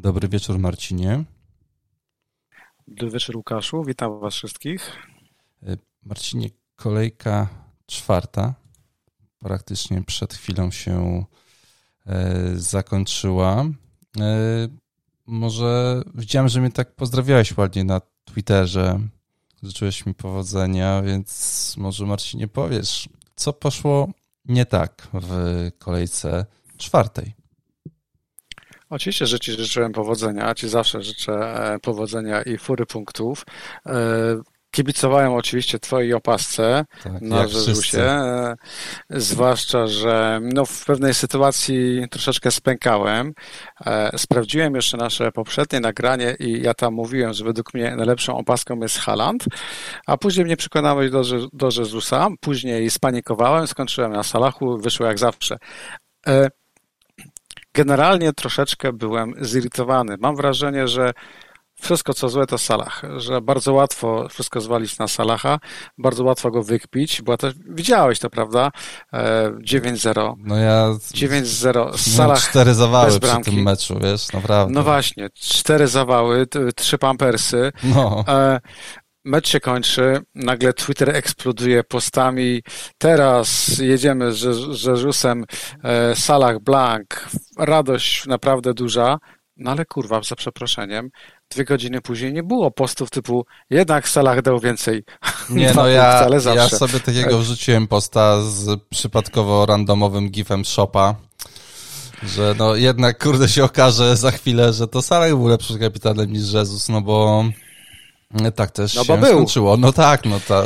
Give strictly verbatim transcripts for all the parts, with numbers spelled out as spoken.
Dobry wieczór, Marcinie. Dobry wieczór, Łukaszu. Witam was wszystkich. Marcinie, kolejka czwarta praktycznie przed chwilą się e, zakończyła. E, może widziałem, że mnie tak pozdrawiałeś ładnie na Twitterze. Życzyłeś mi powodzenia, więc może, Marcinie, powiesz, co poszło nie tak w kolejce czwartej? Oczywiście, że ci życzyłem powodzenia. Ci zawsze życzę powodzenia i fury punktów. Kibicowałem oczywiście twojej opasce tak, na Jezusie, zwłaszcza, że no w pewnej sytuacji troszeczkę spękałem. Sprawdziłem jeszcze nasze poprzednie nagranie i ja tam mówiłem, że według mnie najlepszą opaską jest Haaland, a później mnie przekonałeś do, do Jezusa, później spanikowałem, skończyłem na Salachu, wyszło jak zawsze. Generalnie troszeczkę byłem zirytowany. Mam wrażenie, że wszystko co złe to Salah, że bardzo łatwo wszystko zwalić na Salaha, bardzo łatwo go wykpić, bo to widziałeś to, prawda? dziewięć zero. No ja dziewięć zero. Salah cztery zawały bez przy bramki. tym meczu, wiesz, naprawdę. No właśnie, cztery zawały, trzy pampersy. No. Mecz się kończy, nagle Twitter eksploduje postami. Teraz jedziemy z z Jezusem, Salah blank, radość naprawdę duża. No ale kurwa, za przeproszeniem, dwie godziny później nie było postów typu jednak Salah dał więcej. Nie, no ja, ale zawsze. ja sobie takiego wrzuciłem posta z przypadkowo randomowym gifem Shopa, że no jednak kurde się okaże za chwilę, że to Salah był lepszym kapitanem niż Jezus, no bo tak też no się bo był. skończyło. No tak, no ta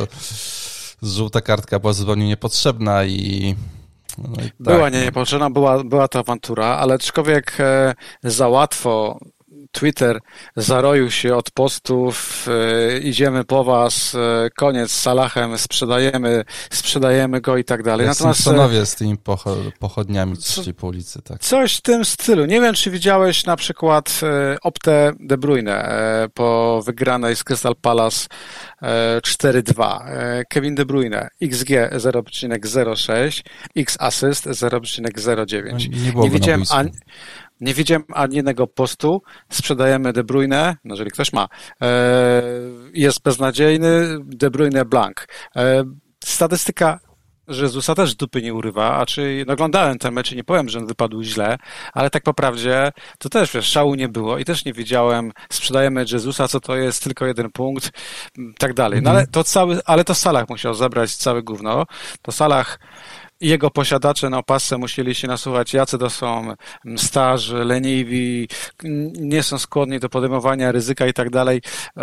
żółta kartka była zupełnie niepotrzebna i No i tak, była no. nie, niepotrzebna, była, była ta awantura, ale aczkolwiek e, za łatwo Twitter zaroił się od postów, e, idziemy po was, e, koniec z Salahem, sprzedajemy, sprzedajemy go i tak dalej. Jak Simpsonowie z tymi pocho- pochodniami szli po ulicy, tak. Coś w tym stylu. Nie wiem, czy widziałeś na przykład e, Optę De Bruyne e, po wygranej z Crystal Palace e, cztery dwa. E, Kevin De Bruyne, X G zero przecinek zero sześć, X Assist zero przecinek zero dziewięć. No, nie było nie widziałem ani, nie widziałem ani jednego postu. Sprzedajemy De Bruyne, no jeżeli ktoś ma. E, jest beznadziejny, De Bruyne blank. E, statystyka Jezusa też dupy nie urywa, a czy no, oglądałem ten mecz i nie powiem, że on wypadł źle, ale tak po prawdzie to też, wiesz, szału nie było i też nie wiedziałem, sprzedajemy Jezusa, co to jest, tylko jeden punkt, tak dalej. No ale to cały, ale to Salah musiał zabrać całe gówno, to Salah i jego posiadacze na opasce musieli się nasłuchać, jacy to są starzy, leniwi, nie są skłonni do podejmowania ryzyka i tak dalej.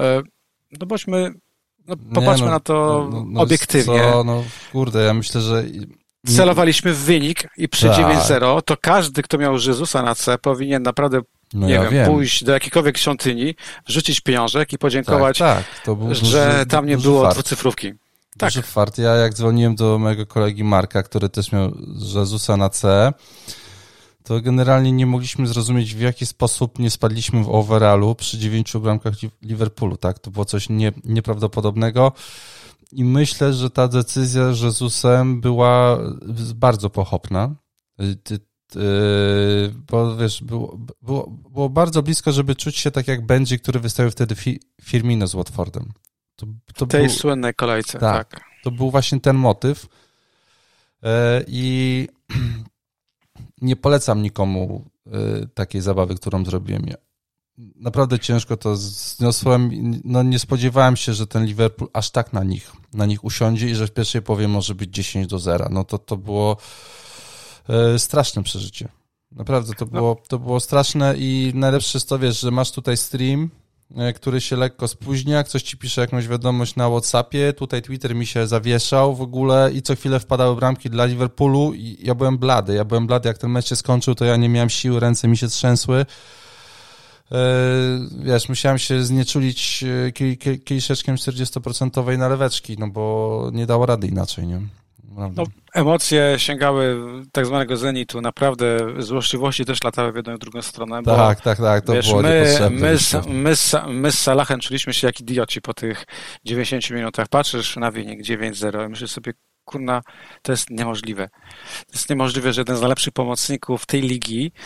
No bośmy No, popatrzmy no, na to no, no, obiektywnie. Co? No kurde, ja myślę, że... Nie... Celowaliśmy w wynik i przy tak. dziewięć zero to każdy, kto miał Jezusa na C, powinien naprawdę, no nie ja wiem, wiem, pójść do jakiejkolwiek świątyni, wrzucić pieniążek i podziękować, tak, tak. To był że duży, tam nie duży było fart. dwucyfrówki. Duży Tak. fart. Ja jak dzwoniłem do mojego kolegi Marka, który też miał Jezusa na C, to generalnie nie mogliśmy zrozumieć, w jaki sposób nie spadliśmy w overallu przy dziewięciu bramkach Liverpoolu, tak? To było coś nie, nieprawdopodobnego i myślę, że ta decyzja z Jezusem była bardzo pochopna, bo wiesz, było, było, było bardzo blisko, żeby czuć się tak jak Benji, który wystawił wtedy Firmino z Watfordem. To, to w tej był, słynnej kolejce, tak, tak. To był właśnie ten motyw i nie polecam nikomu y, takiej zabawy, którą zrobiłem ja. Naprawdę ciężko to zniosłem. No nie spodziewałem się, że ten Liverpool aż tak na nich, na nich usiądzie i że w pierwszej połowie może być dziesięć do zera. No to, to było y, straszne przeżycie. Naprawdę to było, to było straszne i najlepsze jest to, wiesz, że masz tutaj stream, który się lekko spóźnia, ktoś ci pisze jakąś wiadomość na WhatsAppie, tutaj Twitter mi się zawieszał w ogóle i co chwilę wpadały bramki dla Liverpoolu i ja byłem blady, ja byłem blady, jak ten mecz się skończył, to ja nie miałem siły, ręce mi się trzęsły. Wiesz, musiałem się znieczulić kieliszeczkiem czterdziestoprocentowej naleweczki, no bo nie dało rady inaczej, nie? No, emocje sięgały tak zwanego zenitu, naprawdę złośliwości też latały w jedną i w drugą stronę. Bo, tak, tak, tak, to wiesz, było my, niepotrzebne. My, my, my, my z Salahem czuliśmy się jak idioci po tych dziewięćdziesięciu minutach. Patrzysz na wynik dziewięć zero i myślisz sobie, kurna, to jest niemożliwe. To jest niemożliwe, że jeden z najlepszych pomocników tej ligi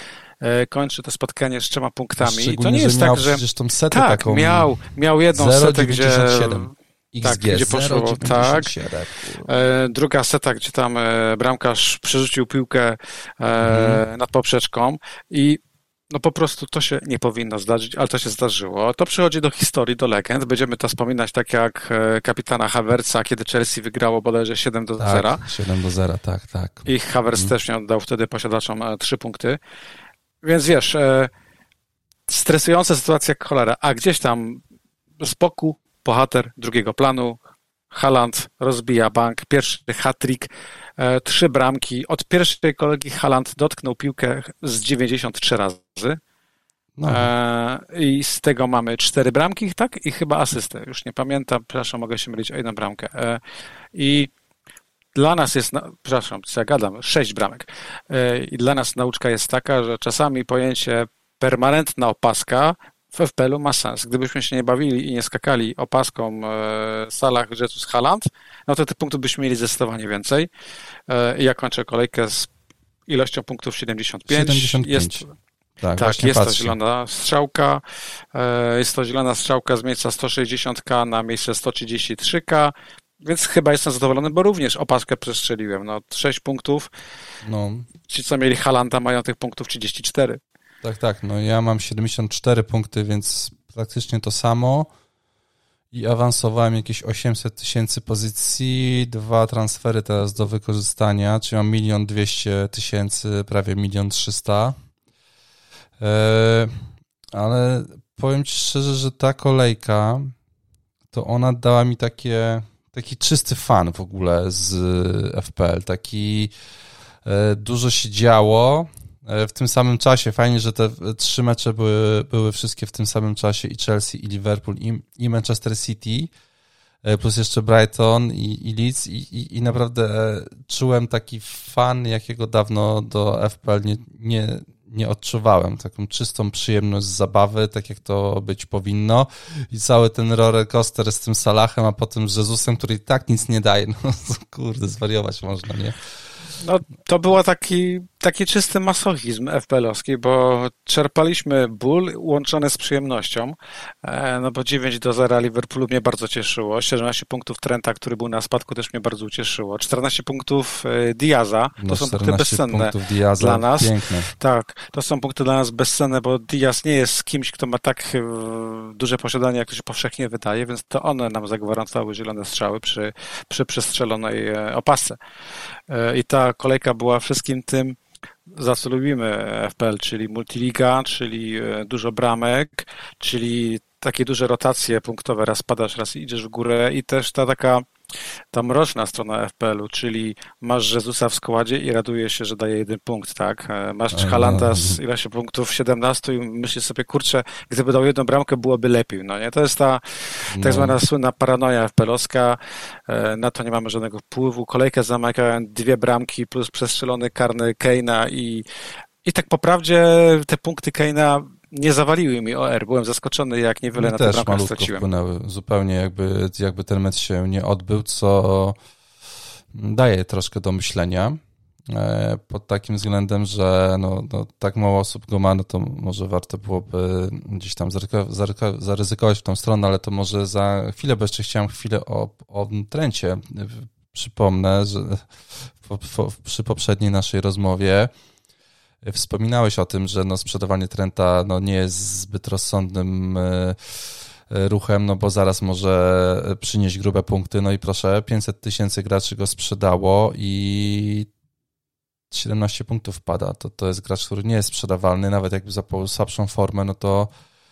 kończy to spotkanie z trzema punktami. I to nie jest że miał tak, że... przecież tą setę tak, taką... miał, miał jedną zero setę, gdzie... X G, tak, gdzie poszło, tak. E, druga seta, gdzie tam e, bramkarz przerzucił piłkę e, mhm. nad poprzeczką i no po prostu to się nie powinno zdarzyć, ale to się zdarzyło. To przychodzi do historii, do legend. Będziemy to wspominać tak jak e, kapitana Havertza, kiedy Chelsea wygrało bodajże siedem do zera. Tak, siedem do zera, tak, tak. I Havertz mhm. też nie oddał wtedy posiadaczom e, trzy punkty. Więc wiesz, e, stresująca sytuacja jak cholera, a gdzieś tam z boku bohater drugiego planu, Haaland rozbija bank, pierwszy hat-trick, e, trzy bramki. Od pierwszej kolegi Haaland dotknął piłkę z dziewięćdziesiąt trzy razy. No. E, I z tego mamy cztery bramki, tak? I chyba asystę. Już nie pamiętam, przepraszam, mogę się mylić o jedną bramkę. E, I dla nas jest, na, przepraszam, co ja gadam, sześć bramek. E, I dla nas nauczka jest taka, że czasami pojęcie permanentna opaska w F P L-u ma sens. Gdybyśmy się nie bawili i nie skakali opaską w salach Jesus Haaland, no to tych punktów byśmy mieli zdecydowanie więcej. Ja kończę kolejkę z ilością punktów siedemdziesiąt pięć. siedemdziesiąt pięć. Jest, tak, tak jest patrzę. to zielona strzałka. Jest to zielona strzałka z miejsca sto sześćdziesiąt ka na miejsce sto trzydzieści trzy ka. Więc chyba jestem zadowolony, bo również opaskę przestrzeliłem. No, sześć punktów. No. Ci, co mieli Haalanda, mają tych punktów trzydzieści cztery. Tak, tak. No ja mam siedemdziesiąt cztery punkty, więc praktycznie to samo i awansowałem jakieś osiemset tysięcy pozycji, dwa transfery teraz do wykorzystania, czyli mam milion dwieście tysięcy, prawie milion trzysta. Eee, ale powiem Ci szczerze, że ta kolejka, to ona dała mi takie, taki czysty fan w ogóle z F P L, taki e, dużo się działo w tym samym czasie. Fajnie, że te trzy mecze były, były wszystkie w tym samym czasie, i Chelsea, i Liverpool, i, i Manchester City, plus jeszcze Brighton i, i Leeds, i, i, i naprawdę czułem taki fan, jakiego dawno do F P L nie, nie, nie odczuwałem. Taką czystą przyjemność z zabawy, tak jak to być powinno, i cały ten roller coaster z tym Salahem, a potem z Jezusem, który i tak nic nie daje. No kurde, zwariować można, nie? No, to był taki, taki czysty masochizm F P L-owski, bo czerpaliśmy ból łączony z przyjemnością, no bo dziewięć do zera Liverpoolu mnie bardzo cieszyło, siedemnaście punktów Trenta, który był na spadku, też mnie bardzo ucieszyło, czternaście punktów Diaza, to no, są punkty bezcenne Diaza, dla nas. Piękne. Tak, to są punkty dla nas bezcenne, bo Diaz nie jest kimś, kto ma tak duże posiadanie, jak to się powszechnie wydaje, więc to one nam zagwarantowały zielone strzały przy, przy przestrzelonej opasce. I ta kolejka była wszystkim tym, za co lubimy F P L, czyli multiliga, czyli dużo bramek, czyli takie duże rotacje punktowe, raz padasz, raz idziesz w górę, i też ta taka ta mroczna strona F P L-u, czyli masz Jezusa w składzie i radujesz się, że daje jeden punkt, tak? Masz Haalanda z ilością punktów siedemnaście i myślisz sobie, kurczę, gdyby dał jedną bramkę, byłoby lepiej, no nie? To jest ta tak zwana słynna paranoja F P L-owska, na to nie mamy żadnego wpływu. Kolejkę zamykają dwie bramki plus przestrzelony karny Kane'a i, i tak po prawdzie te punkty Kane'a nie zawaliły mi O R. Byłem zaskoczony, jak niewiele na tę bramkę straciłem. Wpłynęły. Zupełnie jakby, jakby ten mecz się nie odbył, co daje troszkę do myślenia pod takim względem, że no, no, tak mało osób go ma, no to może warto byłoby gdzieś tam zaryzyko, zaryzyko, zaryzykować w tą stronę, ale to może za chwilę, bo jeszcze chciałem chwilę o, o Trencie. Przypomnę, że po, po, przy poprzedniej naszej rozmowie wspominałeś o tym, że no sprzedawanie Trenta no nie jest zbyt rozsądnym ruchem, no bo zaraz może przynieść grube punkty. No i proszę, pięćset tysięcy graczy go sprzedało i siedemnaście punktów pada. To, to jest gracz, który nie jest sprzedawalny, nawet jakby zapał słabszą formę, no to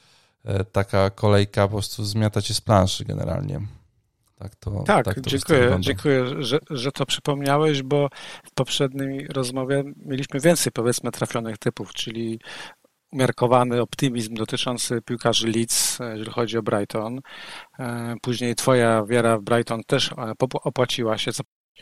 taka kolejka po prostu zmiata cię z planszy generalnie. Tak, to, tak, tak to dziękuję, dziękuję że, że to przypomniałeś, bo w poprzedniej rozmowie mieliśmy więcej, powiedzmy, trafionych typów, czyli umiarkowany optymizm dotyczący piłkarzy Leeds, jeżeli chodzi o Brighton. Później twoja wiara w Brighton też opłaciła się.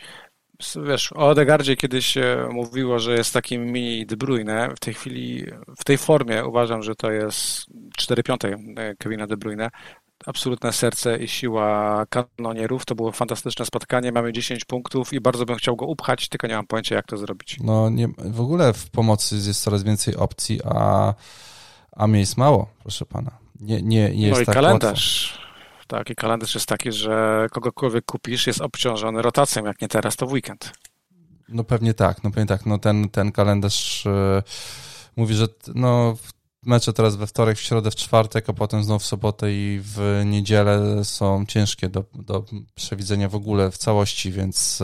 Wiesz, o Odegaardzie kiedyś mówiło, że jest takim mini De Bruyne. W tej chwili, w tej formie uważam, że to jest cztery piąte Kevina De Bruyne. absolutne serce i siła kanonierów. To było fantastyczne spotkanie, mamy dziesięć punktów i bardzo bym chciał go upchać, tylko nie mam pojęcia, jak to zrobić. No nie, w ogóle w pomocy jest coraz więcej opcji, a, a miejsc mało, proszę pana. Nie, nie, nie jest no i tak kalendarz. łatwo. Tak, i kalendarz jest taki, że kogokolwiek kupisz, jest obciążony rotacją, jak nie teraz, to w weekend. No pewnie tak, no pewnie tak. No ten, ten kalendarz yy, mówi, że no mecze teraz we wtorek, w środę, w czwartek, a potem znowu w sobotę i w niedzielę są ciężkie do, do przewidzenia w ogóle w całości, więc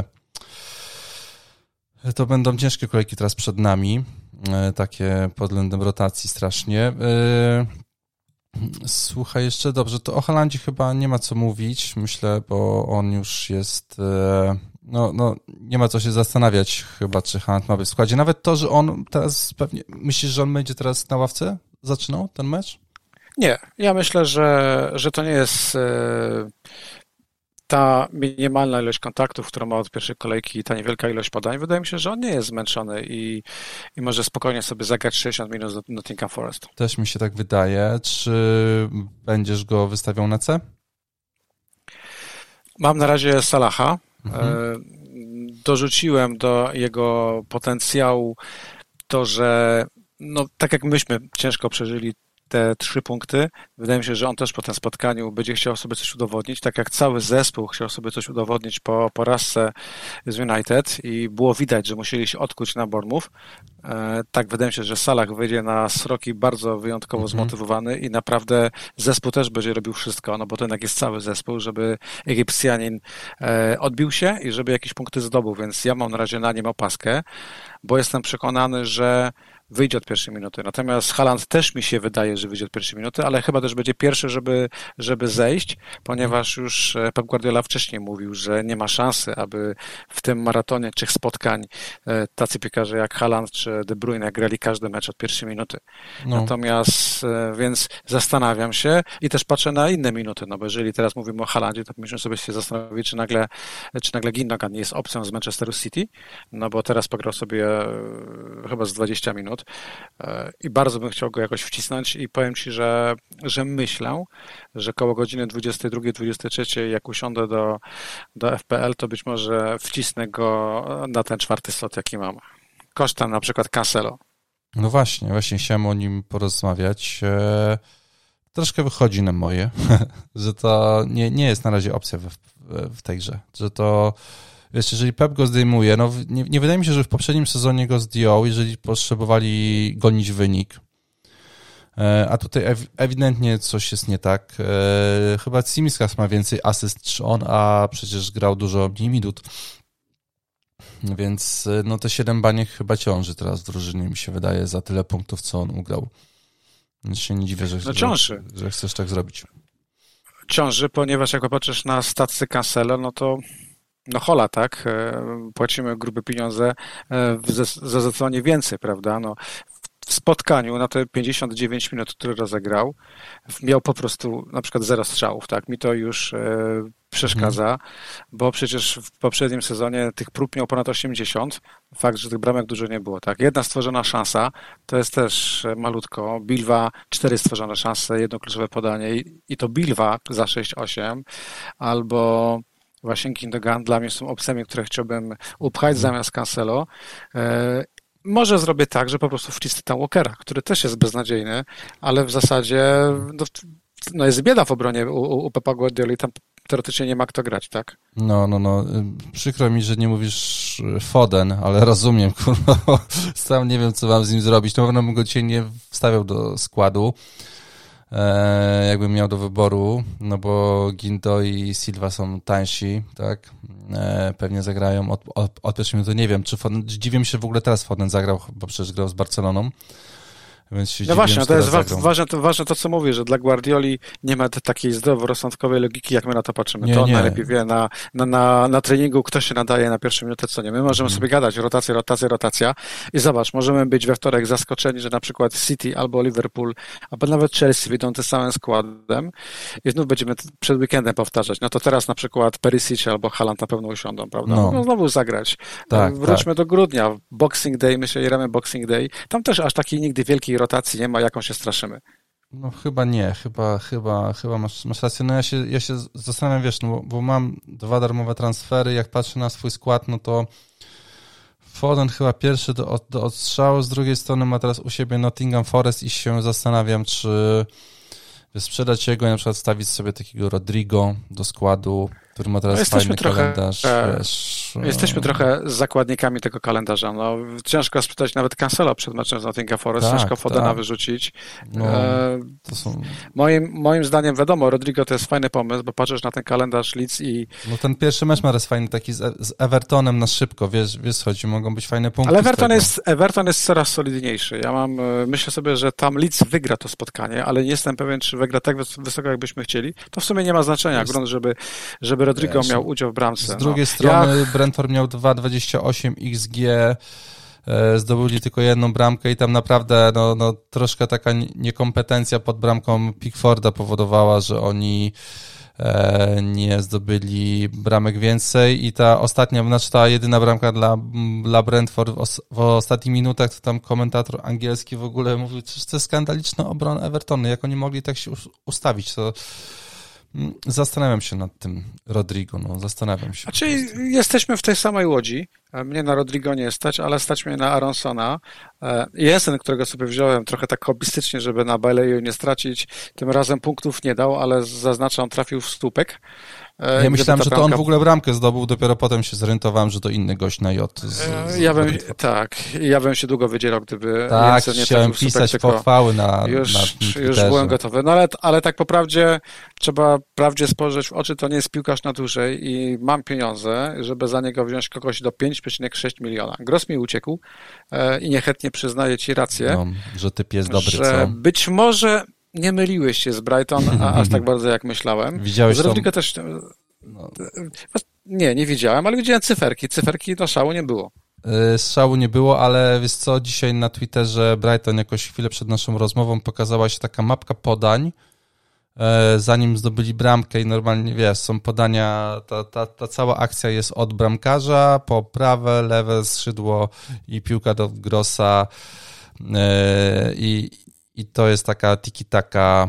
yy, to będą ciężkie kolejki teraz przed nami, yy, takie pod względem rotacji strasznie. Yy, słuchaj, jeszcze dobrze, to o Haalandzie chyba nie ma co mówić, myślę, bo on już jest... Yy, No, no, nie ma co się zastanawiać chyba, czy Haaland ma być w składzie. Nawet to, że on teraz pewnie... Myślisz, że on będzie teraz na ławce? Zaczynał ten mecz? Nie, ja myślę, że, że to nie jest e, ta minimalna ilość kontaktów, którą ma od pierwszej kolejki i ta niewielka ilość podań. Wydaje mi się, że on nie jest zmęczony i, i może spokojnie sobie zagrać sześćdziesiąt minut do Nottingham Forest. Też mi się tak wydaje. Czy będziesz go wystawiał na C? Mam na razie Salaha. Mhm. Dorzuciłem do jego potencjału to, że no, tak jak myśmy ciężko przeżyli te trzy punkty, wydaje mi się, że on też po tym spotkaniu będzie chciał sobie coś udowodnić, tak jak cały zespół chciał sobie coś udowodnić po porażce z United i było widać, że musieli się odkuć na Bournemouth. Tak, wydaje mi się, że Salah wyjdzie na sroki bardzo wyjątkowo mhm. zmotywowany i naprawdę zespół też będzie robił wszystko, no bo to jednak jest cały zespół, żeby Egipcjanin odbił się i żeby jakieś punkty zdobył, więc ja mam na razie na nim opaskę, bo jestem przekonany, że wyjdzie od pierwszej minuty. Natomiast Haaland też mi się wydaje, że wyjdzie od pierwszej minuty, ale chyba też będzie pierwszy, żeby, żeby zejść, ponieważ już Pep Guardiola wcześniej mówił, że nie ma szansy, aby w tym maratonie trzech spotkań tacy piłkarze jak Haaland czy De Bruyne grali każdy mecz od pierwszej minuty. No. Natomiast więc zastanawiam się i też patrzę na inne minuty, no bo jeżeli teraz mówimy o Haalandzie, to musimy sobie się zastanowić, czy nagle, czy nagle Gundogan nie jest opcją z Manchesteru City, no bo teraz pograł sobie chyba z dwadzieścia minut i bardzo bym chciał go jakoś wcisnąć i powiem Ci, że, że myślę, że koło godziny dwudziestej drugiej, dwudziestej trzeciej jak usiądę do, do F P L, to być może wcisnę go na ten czwarty slot, jaki mam. Kosztem na przykład Cancelo. No właśnie, właśnie chciałem o nim porozmawiać. Eee, troszkę wychodzi na moje, że to nie, nie jest na razie opcja w, w tej grze, że to wiesz, jeżeli Pep go zdejmuje, no nie, nie wydaje mi się, że w poprzednim sezonie go zdjął, jeżeli potrzebowali gonić wynik. E, a tutaj ew, ewidentnie coś jest nie tak. E, chyba Tsimikas ma więcej asyst niż on, a przecież grał dużo mniej minut. Więc no te siedem baniek chyba ciąży teraz w drużynie, mi się wydaje, za tyle punktów, co on ugrał. Więc się nie dziwię, że, no że, że chcesz tak zrobić. Ciąży, ponieważ jak popatrzysz na stację Cancelo, no to no hola, tak? Płacimy grube pieniądze za zdecydowanie więcej, prawda? No, w spotkaniu na te pięćdziesiąt dziewięć minut, które rozegrał, miał po prostu na przykład zero strzałów, tak? Mi to już e, przeszkadza, hmm. bo przecież w poprzednim sezonie tych prób miał ponad osiemdziesiąt. Fakt, że tych bramek dużo nie było, tak? Jedna stworzona szansa, to jest też malutko. Bilwa, cztery stworzone szanse, jedno kluczowe podanie i, i to Bilwa za sześć osiem, albo właśnie Gundogan dla mnie są opcjami, które chciałbym upchać zamiast Cancelo. E, Może zrobię tak, że po prostu wcisnę tam Walkera, który też jest beznadziejny, ale w zasadzie no, no jest bieda w obronie u, u Pepa Guardioli, tam teoretycznie nie ma kto grać, tak? No, no, no. Przykro mi, że nie mówisz Foden, ale rozumiem, kurwa. Sam nie wiem, co mam z nim zrobić. Na pewno bym go dzisiaj nie wstawiał do składu, e, jakbym miał do wyboru, no bo Guindo i Silva są tańsi, tak? E, pewnie zagrają od, od, od pierwszej minuty. Nie wiem, czy Foden, dziwię się w ogóle teraz Foden zagrał, bo przecież grał z Barceloną. Więc się no dziwię, właśnie, to jest wa- ważne, to, ważne to, co mówię, że dla Guardioli nie ma takiej zdroworozsądkowej logiki, jak my na to patrzymy. Nie, to on nie. najlepiej wie na, na, na, na treningu, kto się nadaje na pierwszą minutę, co nie. My możemy hmm. sobie gadać, rotacja, rotacja, rotacja i zobacz, możemy być we wtorek zaskoczeni, że na przykład City albo Liverpool, albo nawet Chelsea wyjdą tym samym składem i znów będziemy przed weekendem powtarzać. No to teraz na przykład Perisic albo Haaland na pewno usiądą, prawda? No. No znowu zagrać. Tak, Wróćmy tak. do grudnia. Boxing Day, my się gramy Boxing Day. Tam też aż takiej nigdy wielkiej rotacji nie ma, jaką się straszymy. No chyba nie, chyba, chyba, chyba masz, masz rację. No ja się, ja się zastanawiam, wiesz, no bo, bo mam dwa darmowe transfery, jak patrzę na swój skład, no to Foden chyba pierwszy do, do odstrzału, z drugiej strony ma teraz u siebie Nottingham Forest i się zastanawiam, czy sprzedać jego, na przykład stawić sobie takiego Rodrigo do składu, który ma teraz no fajny trochę, kalendarz. E, wiesz, jesteśmy e... trochę zakładnikami tego kalendarza. No, ciężko sprzedać nawet Cancelo przed meczem z Nottingham Forest, tak, ciężko Fodena tak. wyrzucić. No, e, to są... moim, moim zdaniem wiadomo, Rodrigo to jest fajny pomysł, bo patrzysz na ten kalendarz Leeds i... No ten pierwszy mecz ma raz fajny, taki z, z Evertonem na szybko, wiesz, wiesz chodzi, mogą być fajne punkty. Ale Everton jest, Everton jest coraz solidniejszy. Ja mam, myślę sobie, że tam Leeds wygra to spotkanie, ale nie jestem pewien, czy wygra tak wysoko, jakbyśmy chcieli. To w sumie nie ma znaczenia, jest... grunt, żeby, żeby Rodrigo Wiesz, miał udział w bramce. Z drugiej no. strony ja... Brentford miał dwa dwadzieścia osiem X G, e, zdobyli tylko jedną bramkę i tam naprawdę no, no, troszkę taka niekompetencja pod bramką Pickforda powodowała, że oni e, nie zdobyli bramek więcej i ta ostatnia, znaczy ta jedyna bramka dla, dla Brentford w, os, w ostatnich minutach, to tam komentator angielski w ogóle mówił, że to jest skandaliczna obrona Evertonu, jak oni mogli tak się ustawić, to zastanawiam się nad tym Rodrigo, no zastanawiam się. Znaczy jesteśmy w tej samej łodzi. Mnie na Rodrigo nie stać, ale stać mnie na Aronsona. Jensen, którego sobie wziąłem trochę tak hobbystycznie, żeby na Baleju nie stracić, tym razem punktów nie dał, ale zaznaczam, trafił w słupek. Ja myślałem, że to bramka... on w ogóle bramkę zdobył, dopiero potem się zorientowałem, że to inny gość na J. Z, z ja bym, tak, ja bym się długo wydzierał, gdyby tak, Jensen nie chciałem pisać słupek, pochwały na, już, na już byłem gotowy. No ale, ale tak po prawdzie trzeba prawdzie spojrzeć w oczy, to nie jest piłkarz na dłużej i mam pieniądze, żeby za niego wziąć kogoś do pięć przecinek sześć miliona. Gross mi uciekł e, i niechętnie przyznaję ci rację, no, że typ jest dobry, że co? być może nie myliłeś się z Brighton a, aż tak bardzo, jak myślałem. Widziałeś z Rodrigo tą... też... No. Nie, nie widziałem, ale widziałem cyferki. Cyferki do szału nie było. Strzału nie było, ale wiesz co, dzisiaj na Twitterze Brighton jakoś chwilę przed naszą rozmową pokazała się taka mapka podań, zanim zdobyli bramkę i normalnie, wiesz, są podania, ta, ta, ta cała akcja jest od bramkarza po prawe, lewe skrzydło i piłka do Grossa i, i to jest taka tiki-taka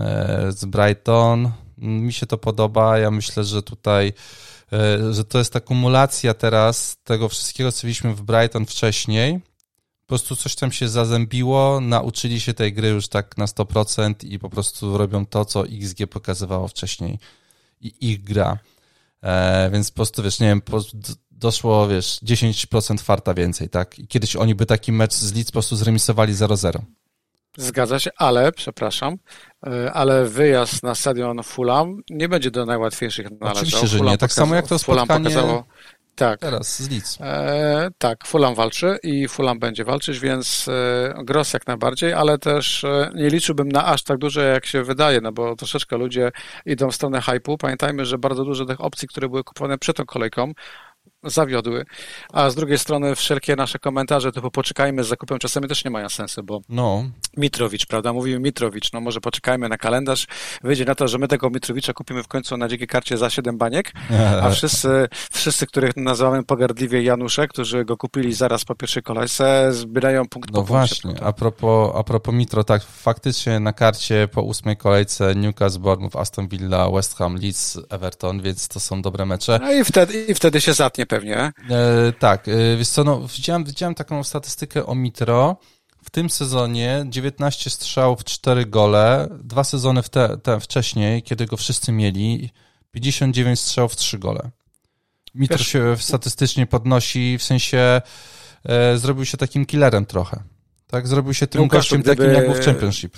z Brighton. Mi się to podoba, ja myślę, że tutaj, że to jest ta kumulacja teraz tego wszystkiego, co widzieliśmy w Brighton wcześniej. Po prostu coś tam się zazębiło, nauczyli się tej gry już tak na sto procent i po prostu robią to, co X G pokazywało wcześniej i ich gra. E, więc po prostu, wiesz, nie wiem, po, doszło, wiesz, dziesięć procent farta więcej, tak? I kiedyś oni by taki mecz z Leeds po prostu zremisowali zero zero. Zgadza się, ale, przepraszam, ale wyjazd na stadion Fulham nie będzie do najłatwiejszych należał. Oczywiście, że Fulham nie. Tak pokazał, samo jak to spotkanie pokazało, tak, teraz z Leeds. E, tak, Fulham walczy i Fulham będzie walczyć, więc e, Gross jak najbardziej, ale też e, nie liczyłbym na aż tak duże, jak się wydaje, no bo troszeczkę ludzie idą w stronę hype'u. Pamiętajmy, że bardzo dużo tych opcji, które były kupowane przed tą kolejką, zawiodły, a z drugiej strony wszelkie nasze komentarze typu poczekajmy z zakupem czasami też nie mają sensu, bo no. Mitrowicz, prawda, mówimy Mitrowicz, no może poczekajmy na kalendarz, wyjdzie na to, że my tego Mitrowicza kupimy w końcu na dzikiej karcie za siedem baniek, a wszyscy, wszyscy, których nazywamy pogardliwie Janusze, którzy go kupili zaraz po pierwszej kolejce, zbierają punkt no po właśnie, punkcie. A propos, a propos Mitro, tak, faktycznie na karcie po ósmej kolejce Newcastle, Bournemouth, Aston Villa, West Ham, Leeds, Everton, więc to są dobre mecze. No i wtedy, i wtedy się zatnie pewnie. E, tak, e, wiesz co, no, widziałem, widziałem taką statystykę o Mitro. W tym sezonie dziewiętnaście strzałów, cztery gole. Dwa sezony w te, te wcześniej, kiedy go wszyscy mieli, pięćdziesiąt dziewięć strzałów, trzy gole. Mitro wiesz, się statystycznie podnosi, w sensie e, zrobił się takim killerem trochę. Tak, zrobił się tym Łukaszu, gościem gdyby... takim, jak był w Championship.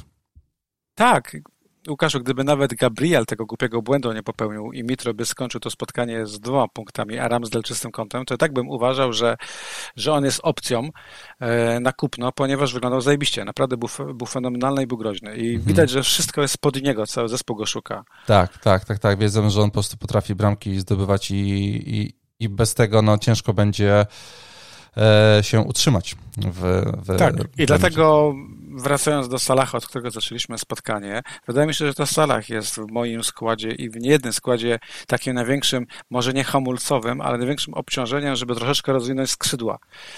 Tak, Łukaszu, gdyby nawet Gabriel tego głupiego błędu nie popełnił i Mitro by skończył to spotkanie z dwoma punktami, a Ramsdale czystym kątem, to tak bym uważał, że, że on jest opcją e, na kupno, ponieważ wyglądał zajebiście. Naprawdę był, był fenomenalny i był groźny. I mhm. widać, że wszystko jest pod niego, cały zespół go szuka. Tak, tak, tak, tak. Wiedzą, że on po prostu potrafi bramki zdobywać i, i, i bez tego no, ciężko będzie e, się utrzymać. W, w, tak, w i dlatego wracając do Salaha, od którego zaczęliśmy spotkanie, wydaje mi się, że to Salah jest w moim składzie i w niejednym składzie takim największym, może nie hamulcowym, ale największym obciążeniem, żeby troszeczkę rozwinąć skrzydła,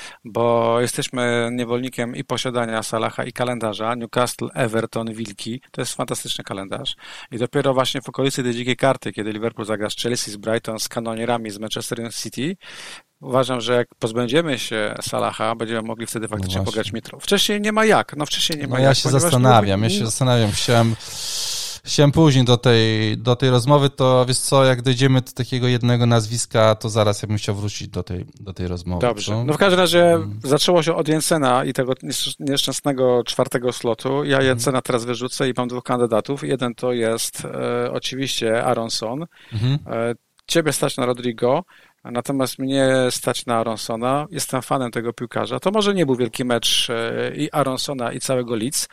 bo jesteśmy niewolnikiem i posiadania Salaha i kalendarza. Newcastle, Everton, Wilki, to jest fantastyczny kalendarz i dopiero właśnie w okolicy tej dzikiej karty, kiedy Liverpool zagra z Chelsea, z Brighton, z kanonierami, z Manchester City, uważam, że jak pozbędziemy się Salaha, będziemy mogli wtedy faktycznie no pograć mitro. Wcześniej nie ma jak, no wcześniej nie ma no jak. Ja się zastanawiam, ja się zastanawiam. Chciałem, chciałem później do tej, do tej rozmowy, to wiesz co, jak dojdziemy do takiego jednego nazwiska, to zaraz ja bym chciał wrócić do tej, do tej rozmowy. Dobrze. Co? No w każdym razie hmm. zaczęło się od Jensena i tego nieszczęsnego czwartego slotu. Ja Jensena teraz wyrzucę i mam dwóch kandydatów. Jeden to jest e, oczywiście Aronson. Hmm. E, ciebie stać na Rodrigo. Natomiast mnie stać na Aronsona. Jestem fanem tego piłkarza. To może nie był wielki mecz i Aronsona, i całego Leeds,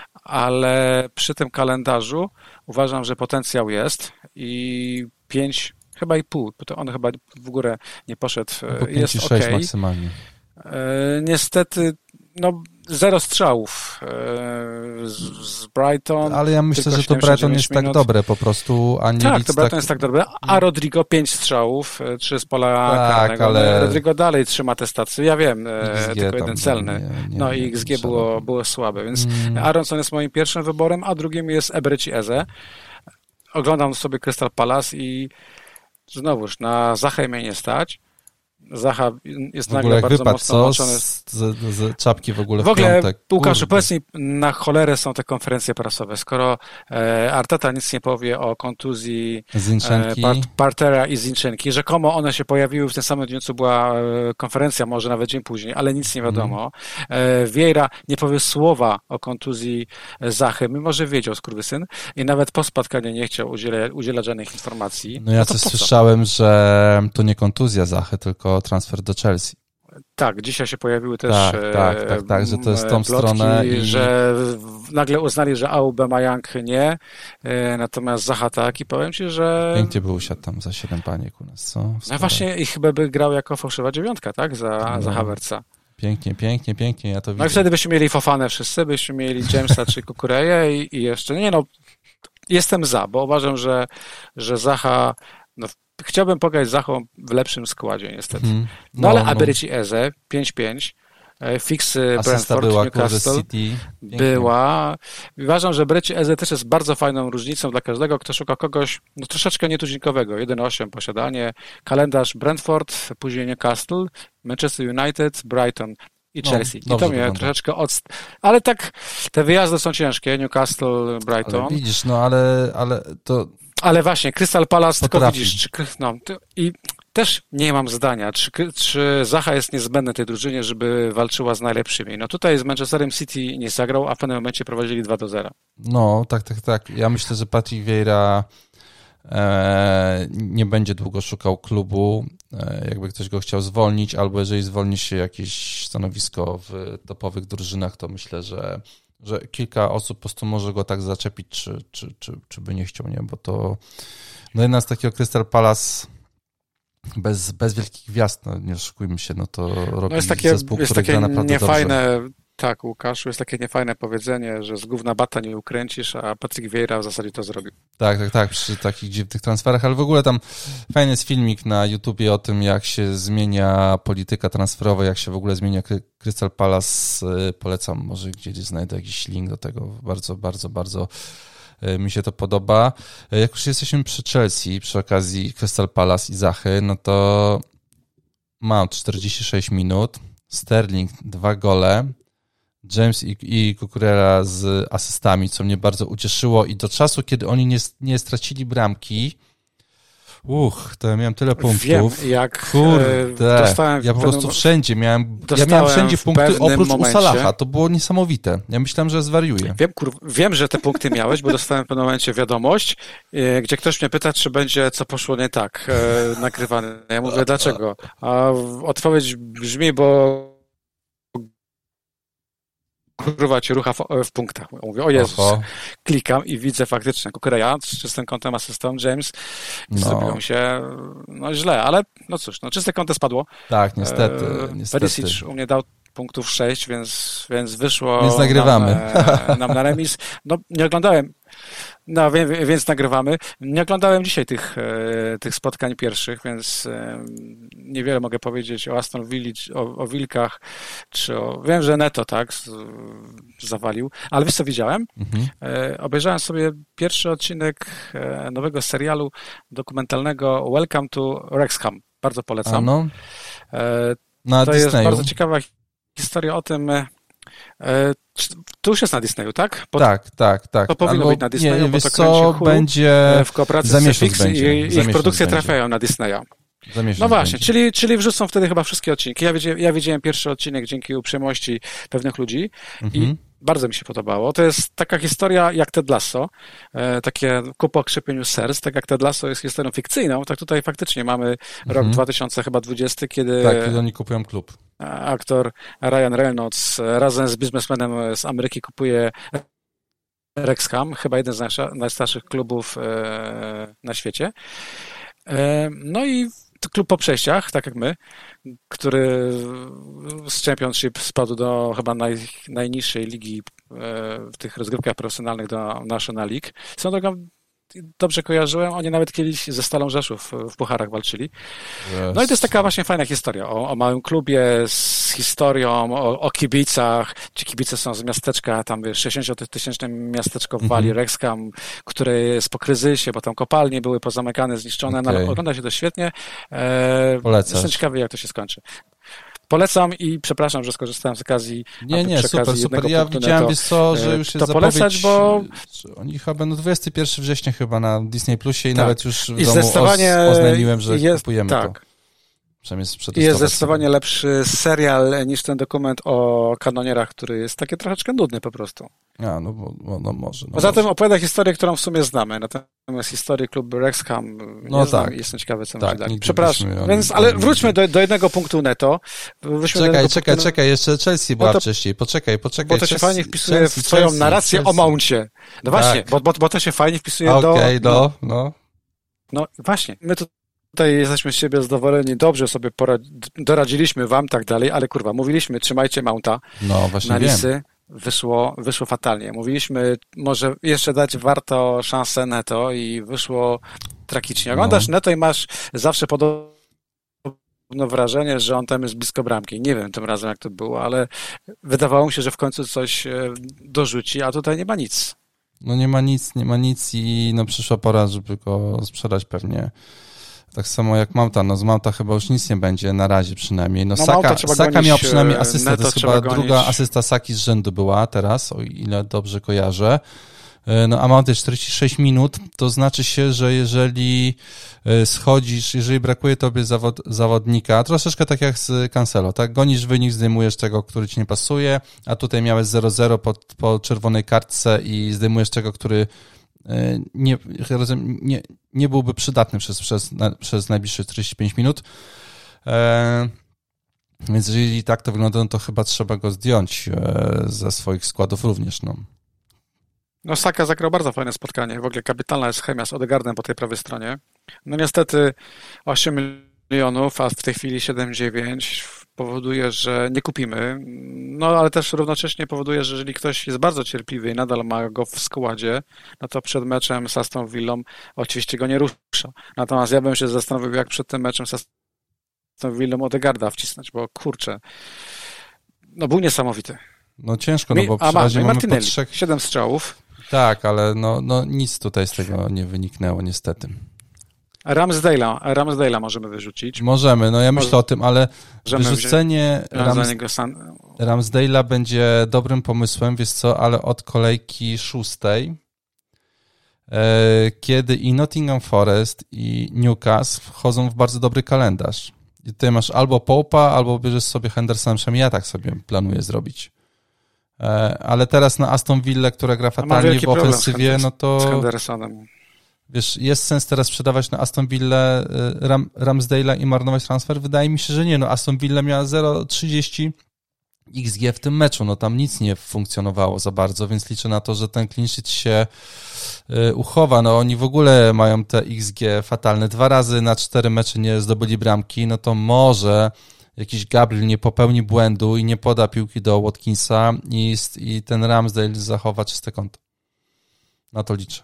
ale przy tym kalendarzu uważam, że potencjał jest i pięć, chyba i pół, bo to on chyba w górę nie poszedł. No jest okej. sześć maksymalnie. Niestety, no zero strzałów z, z Brighton. Ale ja myślę, że to Brighton jest minut. tak dobre po prostu, a nie Tak, Leeds to Brighton tak... jest tak dobre, a Rodrigo pięć strzałów, trzy z pola tak, karnego. Ale... Rodrigo dalej trzyma te stacje, ja wiem, X G tylko jeden celny. Nie, nie, no nie, i X G było, było słabe, więc mm. Aronson jest moim pierwszym wyborem, a drugim jest Eberechi Eze. Oglądam sobie Crystal Palace i znowuż na Zachę mnie nie stać. Zacha jest nagle bardzo wypadł, mocno włączony. Z, z, z czapki w ogóle w, w ogóle, piątek. Łukaszu, powiedz mi, na cholerę są te konferencje prasowe, skoro e, Arteta nic nie powie o kontuzji Zinchenki. e, Partera i Zinchenki, rzekomo one się pojawiły w tym samym dniu, co była e, konferencja, może nawet dzień później, ale nic nie wiadomo. Mm. E, Vieira nie powie słowa o kontuzji Zachy, mimo że wiedział, skurwysyn, i nawet po spotkaniu nie chciał udzielać, udzielać żadnych informacji. No ja no coś słyszałem, że to nie kontuzja Zachy, tylko transfer do Chelsea. Tak, dzisiaj się pojawiły też tak, tak, tak, tak, że to jest tą plotki, stronę i... że nagle uznali, że Aubameyang nie, natomiast Zaha tak i powiem ci, że... Pięknie by usiadł tam za siedem paniek u nas, co? No właśnie i chyba by grał jako fałszywa dziewiątka, tak, za, no. za Havertza. Pięknie, pięknie, pięknie, ja to widzę. No i wtedy byśmy mieli Fofanę wszyscy, byśmy mieli Jamesa czy Kukureję i, i jeszcze, nie no, jestem za, bo uważam, że, że Zaha, no chciałbym pograć z Zachą w lepszym składzie, niestety. Hmm. No, no ale no. Eberechi Eze, pięć pięć, Fix Brentford, była, Newcastle City. była. Uważam, że Eberechi Eze też jest bardzo fajną różnicą dla każdego, kto szuka kogoś no, troszeczkę nietuzinkowego. jeden osiem posiadanie, kalendarz Brentford, później Newcastle, Manchester United, Brighton i Chelsea. No, I to mnie wygląda. troszeczkę od... Ale tak, te wyjazdy są ciężkie, Newcastle, Brighton. Ale widzisz, no ale, ale to... Ale właśnie, Crystal Palace, potrafi. Tylko widzisz, czy, no, to, i też nie mam zdania, czy, czy Zaha jest niezbędny tej drużynie, żeby walczyła z najlepszymi. No tutaj z Manchesterem City nie zagrał, a w pewnym momencie prowadzili dwa do zera. No, tak, tak, tak. Ja myślę, że Patrick Vieira e, nie będzie długo szukał klubu, e, jakby ktoś go chciał zwolnić, albo jeżeli zwolni się jakieś stanowisko w topowych drużynach, to myślę, że że kilka osób po prostu może go tak zaczepić, czy, czy, czy, czy by nie chciał, nie? Bo to no jedna z takiego Crystal Palace bez, bez wielkich gwiazd, no nie oszukujmy się, no to robi no jest takie, zespół, jest który takie gra naprawdę niefajne, dobrze. Tak, Łukaszu, jest takie niefajne powiedzenie, że z gówna bata nie ukręcisz, a Patrick Vieira w zasadzie to zrobił. Tak, tak, tak, przy takich dziwnych transferach, ale w ogóle tam fajny jest filmik na YouTubie o tym, jak się zmienia polityka transferowa, jak się w ogóle zmienia Crystal Palace. Polecam, może gdzieś znajdę jakiś link do tego. Bardzo, bardzo, bardzo mi się to podoba. Jak już jesteśmy przy Chelsea, przy okazji Crystal Palace i Zachy, no to Mount czterdzieści sześć minut, Sterling dwa gole, James i, i Cucurella z asystami, co mnie bardzo ucieszyło i do czasu, kiedy oni nie, nie stracili bramki, uch, to ja miałem tyle punktów. Wiem, jak Kurde, dostałem ja po prostu wszędzie miałem, ja miałem wszędzie punkty oprócz momencie. u Salaha, to było niesamowite. Ja myślałem, że zwariuję. Wiem, kur... Wiem, że te punkty miałeś, bo dostałem w pewnym momencie wiadomość, gdzie ktoś mnie pyta, czy będzie co poszło nie tak e, nagrywane. Ja mówię, dlaczego? A odpowiedź brzmi, bo kurwa ci rucha w, w punktach. Mówię, o Jezus, Oho. Klikam i widzę faktycznie Kukureja z czystym kątem asystą, James, no. Zrobiło się no źle, ale no cóż, no czyste kąty spadło. Tak, niestety. E, niestety. Perisic u mnie dał punktów sześć, więc, więc wyszło więc nagrywamy. Nam, nam na remis. No nie oglądałem, no więc, więc nagrywamy. Nie oglądałem dzisiaj tych, tych spotkań pierwszych, więc niewiele mogę powiedzieć o Aston Villa, o, o Wilkach, czy o... Wiem, że Neto, tak, zawalił, ale wiesz co widziałem? Mhm. Obejrzałem sobie pierwszy odcinek nowego serialu dokumentalnego Welcome to Wrexham. Bardzo polecam. A no. Na to Disneyu. Jest bardzo ciekawa historia o tym, to już jest na Disneyu, tak? Bo tak, tak, tak. To powinno Albo, być na Disneyu, nie, bo to co będzie w kooperacji z Netflix i ich produkcje będzie. Trafiają na Disneya. No właśnie, czyli, czyli wrzucą wtedy chyba wszystkie odcinki. Ja widziałem, ja widziałem pierwszy odcinek dzięki uprzejmości pewnych ludzi mhm. i bardzo mi się podobało. To jest taka historia jak Ted Lasso, e, takie ku pokrzepieniu serc, tak jak Ted Lasso jest historią fikcyjną, tak tutaj faktycznie mamy mhm. rok dwa tysiące dwudziesty, kiedy... Tak, kiedy oni kupują klub. Aktor Ryan Reynolds razem z biznesmenem z Ameryki kupuje Wrexham, chyba jeden z najstarszych klubów e, na świecie. E, no i klub po przejściach, tak jak my, który z Championship spadł do chyba naj, najniższej ligi w tych rozgrywkach profesjonalnych do National League. Są drogą, dobrze kojarzyłem, oni nawet kiedyś ze Stalą Rzeszów w pucharach walczyli. No i to jest taka właśnie fajna historia o, o małym klubie z historią, o, o kibicach. Ci kibice są z miasteczka, tam sześćdziesięciotysięczne miasteczko w Walii, mm-hmm. Wrexham, które jest po kryzysie, bo tam kopalnie były pozamykane, zniszczone. Okay. No, ogląda się to świetnie. E, Jestem ciekawy, jak to się się Polecam i przepraszam, że skorzystałem z okazji. Nie, nie, super, super. Ja widziałem, wiesz co, że już jest to polecać, bo... Oni chyba będą dwudziestego pierwszego września chyba na Disney Plusie i tak. Nawet już w I domu zdecydowanie oznajmiłem, że jest, kupujemy tak. to. Przynajmniej jest zdecydowanie sobie. Lepszy serial niż ten dokument o kanonierach, który jest taki troszeczkę nudny po prostu. A, no, no, no może. No Poza może. tym opowiada historię, którą w sumie znamy. Natomiast historię klubu Wrexham no nie tak. znam. Jestem ciekawy, co tak, będzie. Przepraszam, więc, ale wróćmy do, do jednego punktu netto. Wróćmy czekaj, czekaj, punktu... czekaj, jeszcze Chelsea była to, wcześniej. Poczekaj, poczekaj. Bo to Chelsea, się fajnie wpisuje Chelsea, w twoją Chelsea, narrację Chelsea. o Mouncie. No właśnie, tak. bo, bo, bo to się fajnie wpisuje okay, do... Okej, do, no. No właśnie, my tu Tutaj jesteśmy z siebie zadowoleni, dobrze sobie porad- doradziliśmy wam, tak dalej, ale kurwa, mówiliśmy, trzymajcie Mounta no, właśnie na lisy, wiem. wyszło, wyszło fatalnie. Mówiliśmy, może jeszcze dać warto szansę Neto i wyszło tragicznie. Oglądasz no. Neto i masz zawsze podobne wrażenie, że on tam jest blisko bramki. Nie wiem tym razem, jak to było, ale wydawało mi się, że w końcu coś dorzuci, a tutaj nie ma nic. No nie ma nic, nie ma nic i no przyszła pora, żeby go sprzedać pewnie. Tak samo jak Mounta, no z Mounta chyba już nic nie będzie, na razie przynajmniej. No, no Saka, Saka gonić, miał przynajmniej asystę, to jest chyba gonić. Druga asysta Saki z rzędu była teraz, o ile dobrze kojarzę. No a Mount jest czterdzieści sześć minut, to znaczy się, że jeżeli schodzisz, jeżeli brakuje tobie zawod, zawodnika, troszeczkę tak jak z Cancelo, tak? Gonisz wynik, zdejmujesz tego, który ci nie pasuje, a tutaj miałeś zero zero po, po czerwonej kartce i zdejmujesz tego, który nie, nie, nie byłby przydatny przez, przez, przez najbliższe czterdzieści pięć minut. E, więc jeżeli tak to wygląda, no to chyba trzeba go zdjąć e, ze swoich składów również. No. No Saka zagrał bardzo fajne spotkanie. W ogóle kapitalna jest chemia z Odegaardem po tej prawej stronie. No niestety osiem milionów, a w tej chwili siedem dziewięć powoduje, że nie kupimy. No ale też równocześnie powoduje, że jeżeli ktoś jest bardzo cierpliwy i nadal ma go w składzie, no to przed meczem z Aston Villą oczywiście go nie rusza. Natomiast ja bym się zastanowił, jak przed tym meczem z Aston Villą Odegaarda wcisnąć, bo kurczę, no był niesamowity. No ciężko, no bo przy razie mamy po trzech... siedem strzałów. Tak, ale no, no nic tutaj z tego nie wyniknęło niestety. Ramsdale'a, Ramsdale'a możemy wyrzucić. Możemy, no ja myślę Może... o tym, ale możemy wyrzucenie Rams... San... Ramsdale'a będzie dobrym pomysłem, wiesz co, ale od kolejki szóstej, e, kiedy i Nottingham Forest i Newcastle wchodzą w bardzo dobry kalendarz. I tutaj masz albo Pope'a, albo bierzesz sobie Hendersona, przynajmniej ja tak sobie planuję zrobić. E, ale teraz na Aston Villa, która gra fatalnie w ofensywie, no to... Z Hendersonem. Wiesz, jest sens teraz sprzedawać na Aston Villa Ram, Ramsdale'a i marnować transfer? Wydaje mi się, że nie. No Aston Villa miała zero trzydzieści X G w tym meczu, no tam nic nie funkcjonowało za bardzo, więc liczę na to, że ten clean sheet się y, uchowa. No oni w ogóle mają te X G fatalne. Dwa razy na cztery mecze nie zdobyli bramki, no to może jakiś Gabriel nie popełni błędu i nie poda piłki do Watkinsa i, i ten Ramsdale zachowa czyste konto. Na to liczę.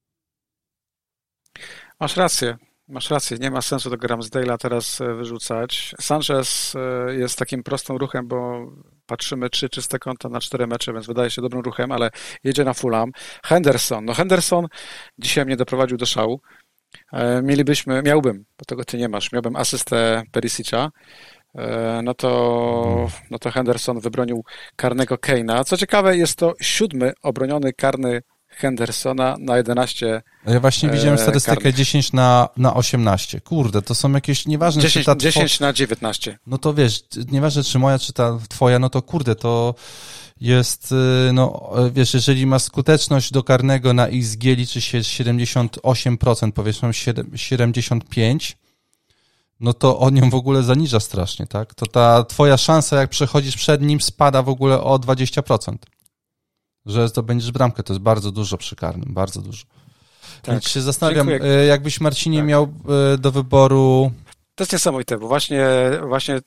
Masz rację. Masz rację, nie ma sensu tego Ramsdale'a teraz wyrzucać. Sanchez jest takim prostym ruchem, bo patrzymy trzy czyste konta na cztery mecze, więc wydaje się dobrym ruchem, ale jedzie na Fulham. Henderson, no Henderson dzisiaj mnie doprowadził do szału. Mielibyśmy, miałbym, bo tego ty nie masz, miałbym asystę Perisic'a, no to, no to Henderson wybronił karnego Kane'a. Co ciekawe, jest to siódmy obroniony karny Hendersona na jedenaście. Ja właśnie widziałem statystykę karnych. dziesięć na osiemnaście. Kurde, to są jakieś, nieważne dziesięć, czy ta dziesięć na dziewiętnaście. No to wiesz, nieważne czy moja, czy ta twoja, no to kurde, to jest, no wiesz, jeżeli ma skuteczność do karnego na X G liczy się siedemdziesiąt osiem procent, powiedzmy siedemdziesiąt pięć procent, no to on ją w ogóle zaniża strasznie, tak? To ta twoja szansa, jak przechodzisz przed nim, spada w ogóle o dwadzieścia procent. Że zdobędziesz bramkę, to jest bardzo dużo przy karnym, bardzo dużo. Tak. Więc się zastanawiam, dziękuję. Jakbyś Marcinie tak. miał do wyboru... To jest niesamowite, bo właśnie, właśnie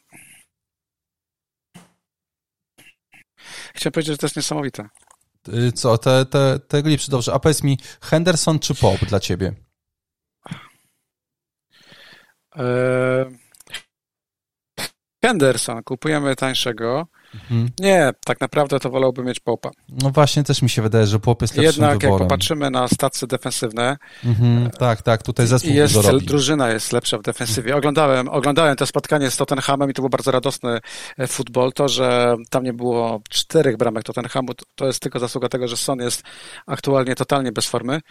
chciałem powiedzieć, że to jest niesamowite. Co, te, te, te glipsy, dobrze. A powiedz mi, Henderson czy Pope dla ciebie? Eee... Henderson, kupujemy tańszego. Mhm. Nie, tak naprawdę to wolałbym mieć Pope'a. No właśnie, też mi się wydaje, że Pope jest lepszym Jednak wyborem. jak popatrzymy na stacje defensywne, mhm, tak, tak, tutaj zespół jest, dużo robi. Drużyna jest lepsza w defensywie. Oglądałem, oglądałem to spotkanie z Tottenhamem i to był bardzo radosny futbol. To, że tam nie było czterech bramek Tottenhamu, to jest tylko zasługa tego, że Son jest aktualnie totalnie bez formy,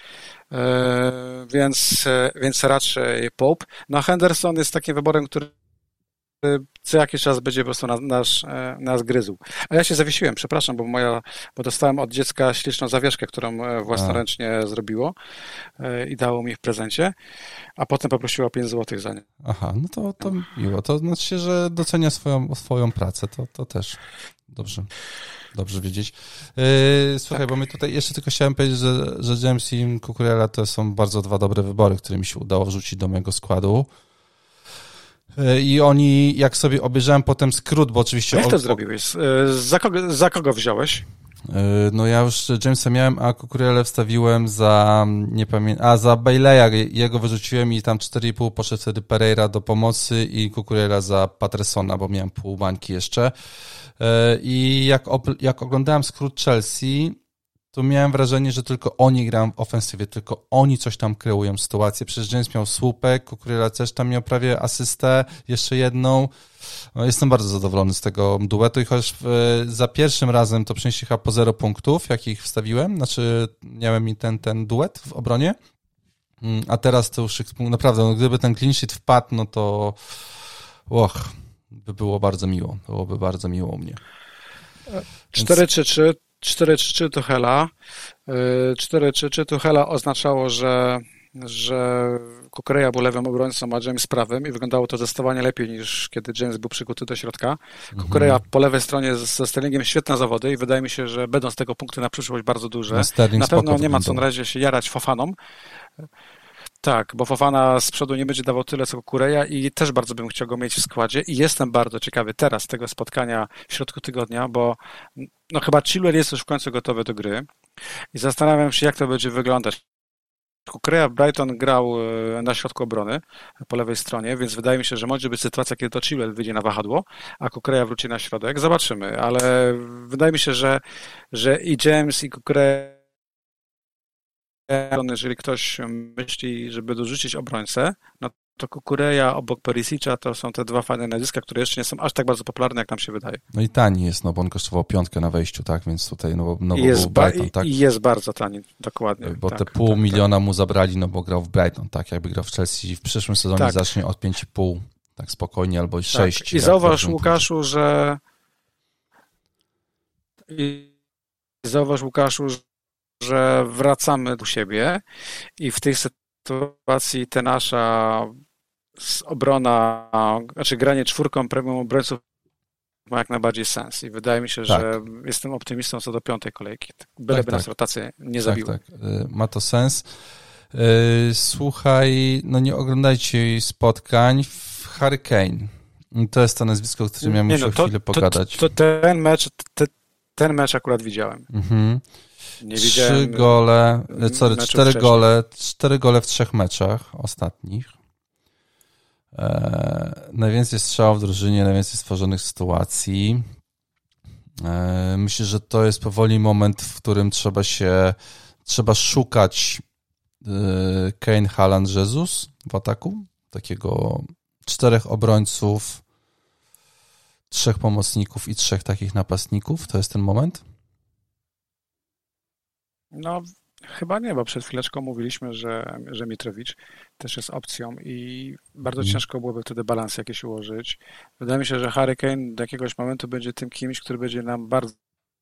więc, więc raczej Pope. No a Henderson jest takim wyborem, który co jakiś czas będzie po prostu nas, nas, nas gryzł. A ja się zawiesiłem, przepraszam, bo moja, bo dostałem od dziecka śliczną zawieszkę, którą własnoręcznie a. zrobiło i dało mi w prezencie, a potem poprosiło pięć złotych za nie. Aha, no to, to miło. To znaczy się, że docenia swoją, swoją pracę. To, to też dobrze. Dobrze wiedzieć. Yy, słuchaj, tak. bo my tutaj jeszcze tylko chciałem powiedzieć, że, że James i Cucurella to są bardzo dwa dobre wybory, które mi się udało wrzucić do mojego składu. I oni, jak sobie obejrzałem potem skrót, bo oczywiście... Jak to o, zrobiłeś? Za kogo, za kogo wziąłeś? No ja już Jamesa miałem, a Cucurellę wstawiłem za, nie pamiętam, a za Bailey'a, jego wyrzuciłem i tam cztery i pół poszedł wtedy Pereira do pomocy i Cucurella za Pattersona, bo miałem pół bańki jeszcze. I jak, jak oglądałem skrót Chelsea, to miałem wrażenie, że tylko oni grają w ofensywie, tylko oni coś tam kreują sytuację. Przecież James miał słupek, Cucurella też tam miał prawie asystę, jeszcze jedną. No, jestem bardzo zadowolony z tego duetu i chociaż za pierwszym razem to przynieśli chyba po zero punktów, jakich wstawiłem, znaczy miałem ten, ten duet w obronie, a teraz to już naprawdę, no, gdyby ten clean sheet wpadł, no to och, by było bardzo miło, byłoby bardzo miło u mnie. cztery trzy trzy cztery trzy trzy Tuchela. cztery trzy trzy Tuchela oznaczało, że, że Cucurella był lewym obrońcą, a James prawym i wyglądało to zdecydowanie lepiej niż kiedy James był przykuty do środka. Mhm. Cucurella po lewej stronie ze Sterlingiem świetne zawody i wydaje mi się, że będą z tego punkty na przyszłość bardzo duże. No, na pewno nie ma co na razie się jarać Fofaną. Tak, bo Fofana z przodu nie będzie dawał tyle, co Cucurella i też bardzo bym chciał go mieć w składzie i jestem bardzo ciekawy teraz tego spotkania w środku tygodnia, bo no chyba Chilwell jest już w końcu gotowy do gry i zastanawiam się, jak to będzie wyglądać. Cucurella Brighton grał na środku obrony po lewej stronie, więc wydaje mi się, że może być sytuacja, kiedy to Chilwell wyjdzie na wahadło, a Cucurella wróci na środek. Zobaczymy, ale wydaje mi się, że, że i James i Cucurella, jeżeli ktoś myśli, żeby dorzucić obrońcę, no to Cucurella obok Perisic'a to są te dwa fajne nazwiska, które jeszcze nie są aż tak bardzo popularne, jak nam się wydaje. No i tani jest, no bo on kosztował piątkę na wejściu, tak, więc tutaj no, no I jest, był Brighton, ba- tak? I jest bardzo tani, dokładnie. Bo tak, te pół tak, miliona tak. mu zabrali, no bo grał w Brighton, tak, jakby grał w Chelsea w przyszłym sezonie tak. zacznie od pięć i pół, tak spokojnie, albo sześć. Tak. I zauważ, Łukaszu, że i zauważ, Łukaszu, że wracamy do siebie i w tej sytuacji ta nasza obrona, znaczy granie czwórką premium obrońców ma jak najbardziej sens i wydaje mi się, tak. że jestem optymistą co do piątej kolejki. Byleby tak, nas tak. rotacje nie zabiły. Tak, tak. Ma to sens. Słuchaj, no nie oglądajcie spotkań w Hurricane. To jest to nazwisko, o którym ja muszę no, to, chwilę pogadać. To, to, ten mecz te, ten mecz akurat widziałem. Mhm. Nie Trzy widziałem gole, sorry, cztery wcześniej. gole, cztery gole w trzech meczach ostatnich. E, najwięcej strzałów w drużynie, najwięcej stworzonych sytuacji. E, myślę, że to jest powoli moment, w którym trzeba się, trzeba szukać e, Kane, Haaland, Jesus w ataku. Takiego czterech obrońców, trzech pomocników i trzech takich napastników. To jest ten moment? No, chyba nie, bo przed chwileczką mówiliśmy, że, że Mitrowicz też jest opcją i bardzo hmm. ciężko byłoby wtedy balans jakiś ułożyć. Wydaje mi się, że Harry Kane do jakiegoś momentu będzie tym kimś, który będzie nam bardzo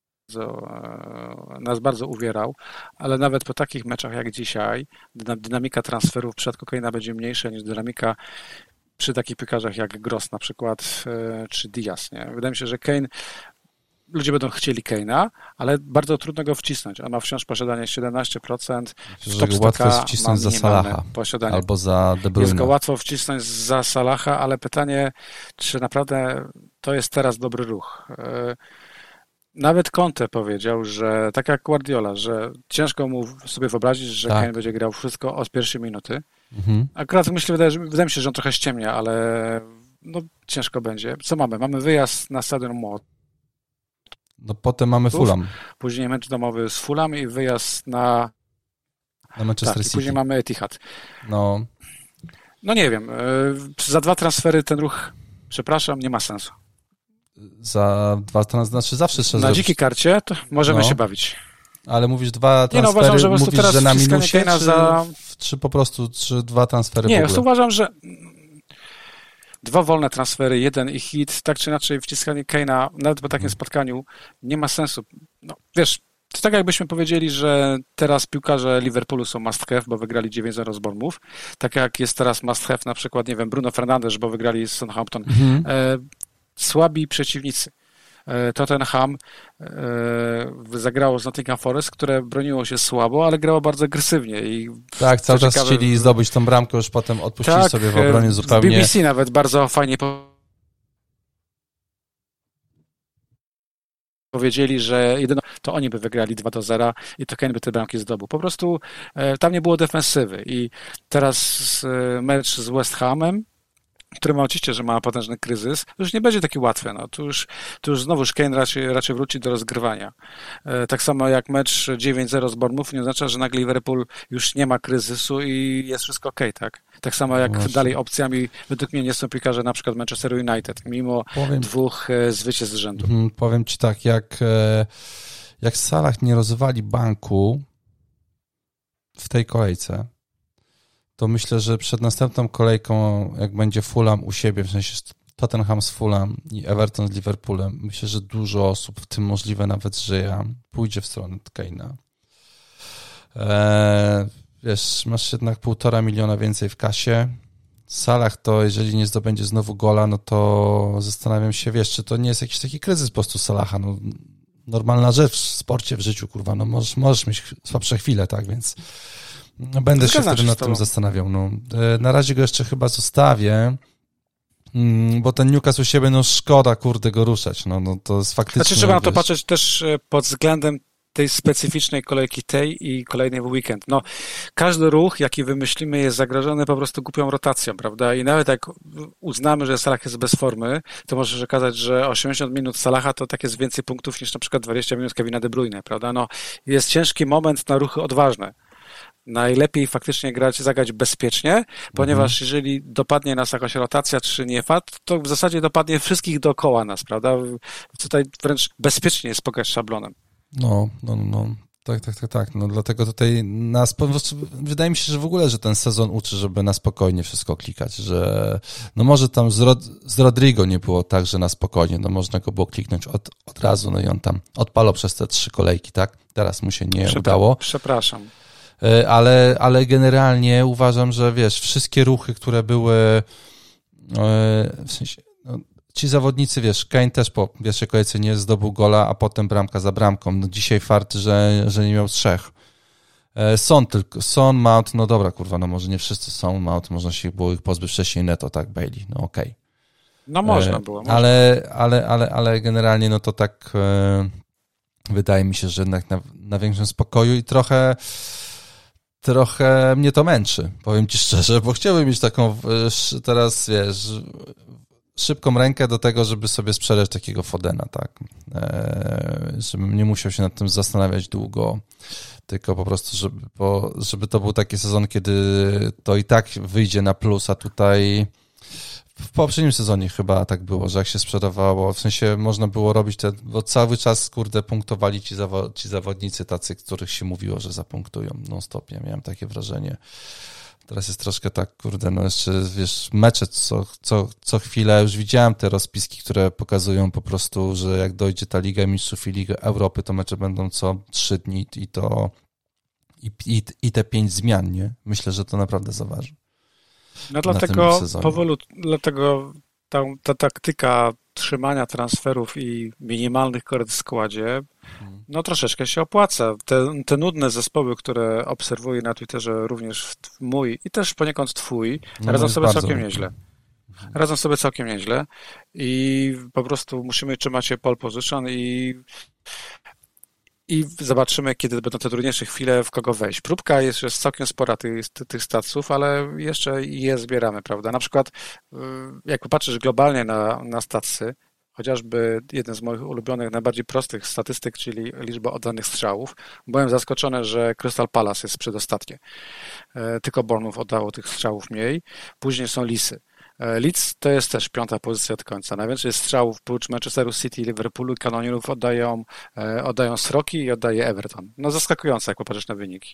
nas bardzo uwierał, ale nawet po takich meczach jak dzisiaj dynamika transferów w przypadku Kane'a będzie mniejsza niż dynamika przy takich piłkarzach jak Gross na przykład, czy Diaz. Nie? Wydaje mi się, że Kane, ludzie będą chcieli Kane'a, ale bardzo trudno go wcisnąć. On ma wciąż posiadanie siedemnaście procent. Myślę, że łatwo jest wcisnąć za Salaha posiadanie. Albo za De Bruyne. Jest go łatwo wcisnąć za Salaha, ale pytanie, czy naprawdę to jest teraz dobry ruch. Nawet Conte powiedział, że tak jak Guardiola, że ciężko mu sobie wyobrazić, że tak. Kane będzie grał wszystko od pierwszej minuty. Mhm. Akurat myślę, wydaje, wydaje mi się, że on trochę ściemnia, ale no, ciężko będzie. Co mamy? Mamy wyjazd na Stadion Młot. No potem mamy Fulham. Później mecz domowy z Fulham i wyjazd na, na Manchester tak, City. Później mamy Etihad. No. no nie wiem. Za dwa transfery ten ruch, przepraszam, nie ma sensu. Za dwa transfery, znaczy zawsze trzeba Na zrobić... dzikiej karcie to możemy no. się bawić. Ale mówisz dwa transfery, nie, no, uważam, że mówisz, teraz że na minusie, czy, za... czy po prostu czy dwa transfery Nie, w ogóle? ja uważam, że dwa wolne transfery, jeden i hit, tak czy inaczej wciskanie Kane'a, nawet po takim hmm. spotkaniu, nie ma sensu. No, wiesz, to tak jakbyśmy powiedzieli, że teraz piłkarze Liverpoolu są must have, bo wygrali dziewięć zero z Bournemouth, tak jak jest teraz must have na przykład, nie wiem, Bruno Fernandes, bo wygrali z Southampton. Hmm. E, słabi przeciwnicy. Tottenham e, zagrało z Nottingham Forest, które broniło się słabo, ale grało bardzo agresywnie. I tak, cały czas ciekawe, chcieli zdobyć tą bramkę, już potem odpuścili tak, sobie w obronie zupełnie. W B B C nawet bardzo fajnie powiedzieli, że jedyno to oni by wygrali dwa do zera i to Kane by te bramki zdobył. Po prostu e, tam nie było defensywy i teraz e, mecz z West Hamem, który ma oczywiście, że ma potężny kryzys, to już nie będzie taki łatwy. No. Tu, już, tu już znowu Kane raczej, raczej wróci do rozgrywania. E, tak samo jak mecz dziewięć zero z Bournemouth nie oznacza, że nagle Liverpool już nie ma kryzysu i jest wszystko okej, okay, tak? Tak samo jak Właśnie. dalej opcjami według mnie nie są piłkarze na przykład Manchester United, mimo powiem, dwóch e, zwycięstw z rzędu. Hmm, powiem Ci tak, jak, e, jak Salah nie rozwali banku w tej kolejce, to myślę, że przed następną kolejką, jak będzie Fulham u siebie, w sensie Tottenham z Fulham i Everton z Liverpoolem, myślę, że dużo osób, w tym możliwe nawet, że ja, pójdzie w stronę Kane'a. Eee, wiesz, masz jednak półtora miliona więcej w kasie. Salah to, jeżeli nie zdobędzie znowu gola, no to zastanawiam się, wiesz, czy to nie jest jakiś taki kryzys po prostu Salaha, no normalna rzecz w sporcie, w życiu, kurwa, no możesz, możesz mieć słabsze chwile, tak, więc będę się wtedy nad tym zastanawiał. No. Na razie go jeszcze chyba zostawię, bo ten Newcastle u siebie, no szkoda, kurde, go ruszać. No, no to jest faktycznie... Znaczy trzeba na to patrzeć też pod względem tej specyficznej kolejki tej i kolejnej w weekend. No, każdy ruch, jaki wymyślimy, jest zagrożony po prostu głupią rotacją, prawda? I nawet jak uznamy, że Salah jest bez formy, to może się okazać, że osiemdziesiąt minut Salaha to tak jest więcej punktów niż na przykład dwadzieścia minut Kevina De Bruyne, prawda? No, jest ciężki moment na ruchy odważne. Najlepiej faktycznie grać, zagrać bezpiecznie, ponieważ mhm. jeżeli dopadnie nas jakaś rotacja czy nie fat, to w zasadzie dopadnie wszystkich dookoła nas, prawda? Tutaj wręcz bezpiecznie jest pograć szablonem. No, no, no. Tak, tak, tak, tak. No dlatego tutaj nas, wydaje mi się, że w ogóle, że ten sezon uczy, żeby na spokojnie wszystko klikać, że no może tam z, Rod, z Rodrigo nie było tak, że na spokojnie, no można go było kliknąć od, od razu, no i on tam odpalał przez te trzy kolejki, tak? Teraz mu się nie Przepra- udało. Przepraszam. Ale, ale generalnie uważam, że wiesz, wszystkie ruchy, które były w sensie, no, ci zawodnicy, wiesz, Kane też po pierwszej kolejce nie zdobył gola, a potem bramka za bramką. No dzisiaj fart, że, że nie miał trzech. Son tylko, Son, Mount, no dobra, kurwa, no może nie wszyscy są, Mount, można się było ich pozbyć wcześniej, Neto, tak, Bailey, no okej. Okay. No można było. Można. Ale, ale, ale, ale generalnie no to tak e, wydaje mi się, że jednak na, na większym spokoju i trochę trochę mnie to męczy, powiem ci szczerze, bo chciałbym mieć taką teraz, wiesz, szybką rękę do tego, żeby sobie sprzedać takiego Fodena, tak, e, żebym nie musiał się nad tym zastanawiać długo, tylko po prostu, żeby, bo, żeby to był taki sezon, kiedy to i tak wyjdzie na plus, a tutaj w poprzednim sezonie chyba tak było, że jak się sprzedawało, w sensie można było robić te, bo cały czas, kurde, punktowali ci, zawo- ci zawodnicy tacy, których się mówiło, że zapunktują non-stop. Ja miałem takie wrażenie. Teraz jest troszkę tak, kurde, no jeszcze, wiesz, mecze co, co, co chwilę, już widziałem te rozpiski, które pokazują po prostu, że jak dojdzie ta Liga Mistrzów i Liga Europy, to mecze będą co trzy dni i to i, i, i te pięć zmian, nie? Myślę, że to naprawdę zaważy. No dlatego powolutku, dlatego ta, ta taktyka trzymania transferów i minimalnych kort w składzie, no troszeczkę się opłaca. Te, te nudne zespoły, które obserwuję na Twitterze, również mój i też poniekąd twój, no radzą sobie całkiem nieźle. Radzą sobie całkiem nieźle i po prostu musimy trzymać się pole position i I zobaczymy, kiedy będą te trudniejsze chwile, w kogo wejść. Próbka jest, jest całkiem spora tych, tych stacjów, ale jeszcze je zbieramy, prawda? Na przykład, jak popatrzysz globalnie na, na statsy, chociażby jeden z moich ulubionych, najbardziej prostych statystyk, czyli liczba oddanych strzałów, byłem zaskoczony, że Crystal Palace jest przedostatnie. Tylko Bournemouth oddało tych strzałów mniej. Później są Leedsy. Leeds to jest też piąta pozycja od końca. Najwięcej strzałów prócz Manchesteru City, Liverpoolu i Kanonierów oddają, oddają Sroki i oddaje Everton. No zaskakujące, jak popatrzysz na wyniki.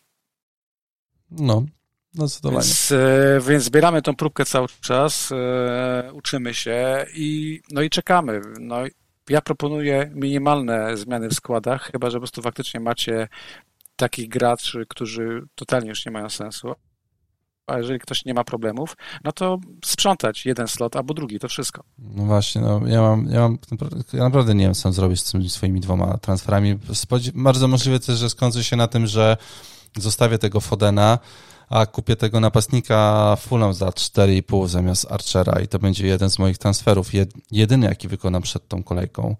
No, zdecydowanie. Więc, więc zbieramy tą próbkę cały czas, uczymy się i, no i czekamy. No, ja proponuję minimalne zmiany w składach, chyba że po prostu faktycznie macie takich graczy, którzy totalnie już nie mają sensu. A jeżeli ktoś nie ma problemów, no to sprzątać jeden slot albo drugi, to wszystko. No właśnie, no ja mam, ja mam, ja naprawdę nie wiem, co zrobić z tymi swoimi dwoma transferami. Bardzo możliwe też, że skończy się na tym, że zostawię tego Fodena, a kupię tego napastnika Fulham za cztery i pół zamiast Archera i to będzie jeden z moich transferów, jedyny, jaki wykonam przed tą kolejką.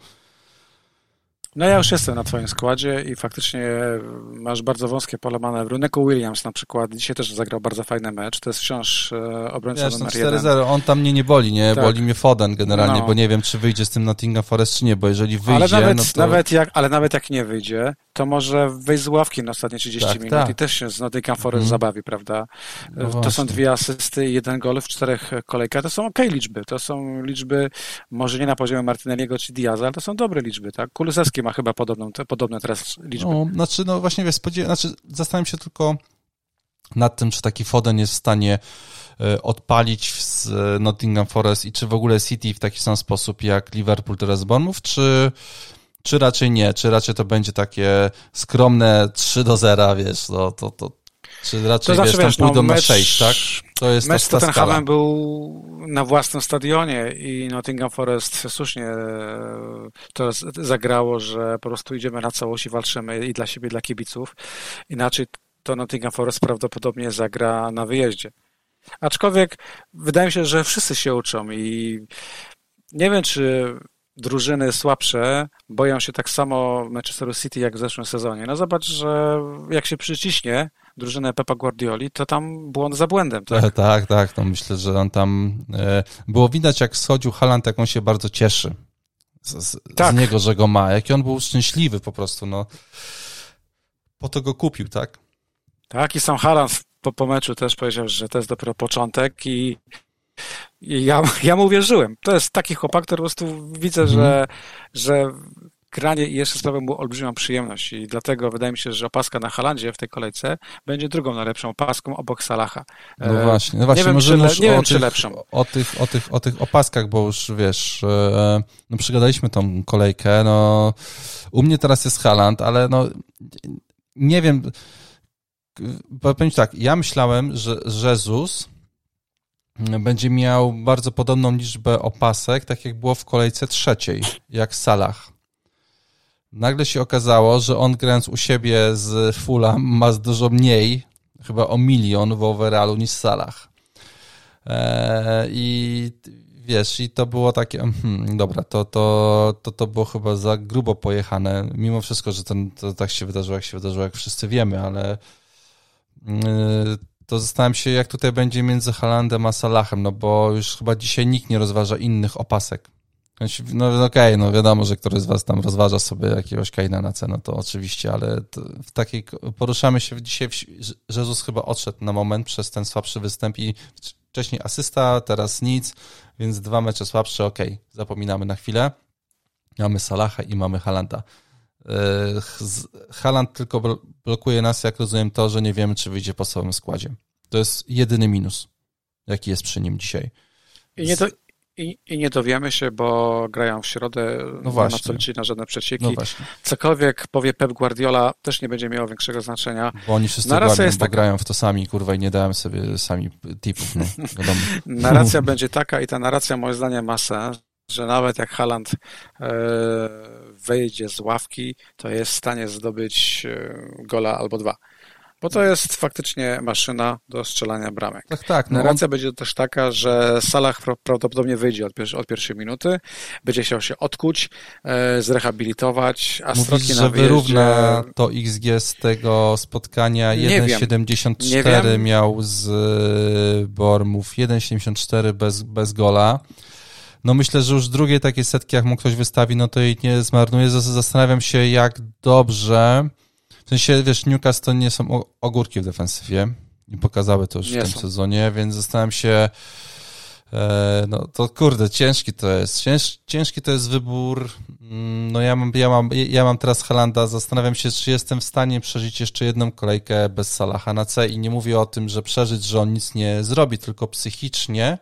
No ja już jestem na twoim składzie i faktycznie masz bardzo wąskie pole manewru. Neco Williams na przykład dzisiaj też zagrał bardzo fajny mecz. To jest wciąż obrońca Wiesz, numer cztery jeden. zero. On tam mnie nie boli, nie? Tak. Boli mnie Foden generalnie, No. bo nie wiem, czy wyjdzie z tym Nottingham Forest, czy nie, bo jeżeli wyjdzie, ale nawet, no to... nawet jak, ale nawet jak nie wyjdzie, to może wejść z ławki na ostatnie trzydzieści tak, minut tak. i też się z Nottingham Forest mm. zabawi, prawda? No to są dwie asysty i jeden gol w czterech kolejkach. To są okej okay liczby. To są liczby, może nie na poziomie Martinelliego czy Diaza, ale to są dobre liczby, tak? Kulusewski ma chyba podobną, te, podobne teraz liczby. No, znaczy, no właśnie, wiesz, spodziew... znaczy, zastanawiam się tylko nad tym, czy taki Foden jest w stanie odpalić z Nottingham Forest i czy w ogóle City w taki sam sposób jak Liverpool teraz Bournemouth, czy, czy raczej nie, czy raczej to będzie takie skromne trzy do zera, wiesz, no, to, to, czy raczej, to wiesz, znaczy, tam wiesz, pójdą no, na mecz, sześć, tak? To jest mecz ta, ta z skala. Tottenhamem był na własnym stadionie i Nottingham Forest słusznie to zagrało, że po prostu idziemy na całość i walczymy i dla siebie, i dla kibiców. Inaczej to Nottingham Forest prawdopodobnie zagra na wyjeździe. Aczkolwiek wydaje mi się, że wszyscy się uczą i nie wiem, czy drużyny słabsze boją się tak samo Manchesteru City jak w zeszłym sezonie. No zobacz, że jak się przyciśnie drużynę Pepa Guardioli, to tam błąd za błędem. Tak, tak, tak, tak. No myślę, że on tam... E, było widać, jak schodził Haaland, jak on się bardzo cieszy z, z, tak. z niego, że go ma. Jaki on był szczęśliwy po prostu, no. Po to go kupił, tak? Tak, i sam Haaland po, po meczu też powiedział, że to jest dopiero początek i, i ja, ja mu uwierzyłem. To jest taki chłopak, który po prostu widzę, mm. że, że granie i jeszcze sprawia mu olbrzymią przyjemność i dlatego wydaje mi się, że opaska na Haalandzie w tej kolejce będzie drugą najlepszą opaską obok Salaha. No właśnie, no właśnie, nie wiem, może czy, le, już nie o, wiem, tych, czy lepszą. O, tych, o, tych, o tych opaskach, bo już wiesz, no przygadaliśmy tą kolejkę, no u mnie teraz jest Haaland, ale no nie wiem, powiem tak, ja myślałem, że Jesus będzie miał bardzo podobną liczbę opasek, tak jak było w kolejce trzeciej, jak Salah. Nagle się okazało, że on grając u siebie z Fulham ma dużo mniej, chyba o milion w overallu niż Salah. Eee, I wiesz, i to było takie, hmm, dobra, to, to, to, to było chyba za grubo pojechane, mimo wszystko, że ten, to tak się wydarzyło, jak się wydarzyło, jak wszyscy wiemy, ale yy, to zastanawiam się, jak tutaj będzie między Haalandem a Salahem, no bo już chyba dzisiaj nikt nie rozważa innych opasek. No okej, okay, no wiadomo, że któryś z was tam rozważa sobie jakiegoś Kane'a na cenę, to oczywiście, ale to w takiej, poruszamy się dzisiaj, w, Jezus chyba odszedł na moment przez ten słabszy występ i wcześniej asysta, teraz nic, więc dwa mecze słabsze, okej, okay, zapominamy na chwilę. Mamy Salaha i mamy Haalanda. Haaland tylko blokuje nas, jak rozumiem, to, że nie wiemy, czy wyjdzie po swoim składzie. To jest jedyny minus, jaki jest przy nim dzisiaj. I nie, do, i, i nie dowiemy się, bo grają w środę, no nie ma co liczyć na żadne przecieki. No cokolwiek powie Pep Guardiola, też nie będzie miało większego znaczenia. Bo oni wszyscy ładnie, bo taka... grają w to sami, kurwa, i nie dałem sobie sami tipów. No, narracja będzie taka i ta narracja moim zdaniem ma sens, że nawet jak Haaland e, wejdzie z ławki, to jest w stanie zdobyć e, gola albo dwa. Bo to jest faktycznie maszyna do strzelania bramek. Tak, tak. No Narracja on... będzie też taka, że Salah prawdopodobnie wyjdzie od, pier- od pierwszej minuty, będzie chciał się odkuć, e, zrehabilitować, a Mówisz, stroki że na wyjeździe... wyrówna to X G z tego spotkania jeden przecinek siedemdziesiąt cztery miał z Bournemouth, jeden przecinek siedemdziesiąt cztery bez, bez gola. No myślę, że już drugiej takiej setki, jak mu ktoś wystawi, no to jej nie zmarnuje. Zastanawiam się, jak dobrze... W sensie, wiesz, Newcastle to nie są ogórki w defensywie i pokazały to już nie w tym są. sezonie, więc zastanawiam się, e, no to kurde, ciężki to jest. Cięż, ciężki to jest wybór. No ja mam, ja mam, ja mam teraz Haalanda, zastanawiam się, czy jestem w stanie przeżyć jeszcze jedną kolejkę bez Salaha na C i nie mówię o tym, że przeżyć, że on nic nie zrobi, tylko psychicznie.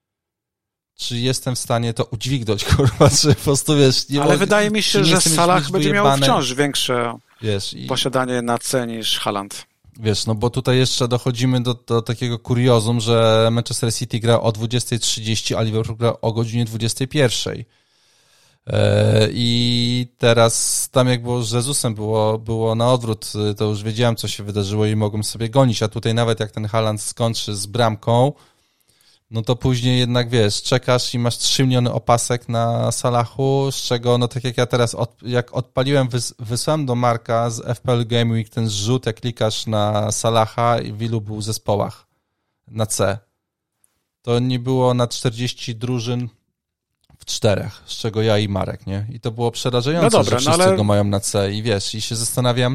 Czy jestem w stanie to udźwignąć, kurwa, czy po prostu, wiesz... Nie Ale mo- wydaje mi się, że Salah będzie miał wciąż większe wiesz, i, posiadanie na C niż Haaland. Wiesz, no bo tutaj jeszcze dochodzimy do, do takiego kuriozum, że Manchester City gra o dwudziestej trzydzieści, a Liverpool gra o godzinie dwudziestej pierwszej. Eee, I teraz tam jak było z Jezusem, było, było na odwrót, to już wiedziałem, co się wydarzyło i mogłem sobie gonić, a tutaj nawet jak ten Haaland skończy z bramką, no to później jednak, wiesz, czekasz i masz trzy miliony opasek na Salachu, z czego, no tak jak ja teraz, od, jak odpaliłem, wys, wysłałem do Marka z F P L Game Week ten zrzut, jak klikasz na Salaha i w ilu był zespołach na C. To nie było na czterdzieści drużyn w czterech, z czego ja i Marek, nie? I to było przerażające, no dobra, że wszyscy no ale... go mają na C i wiesz, i się zastanawiam,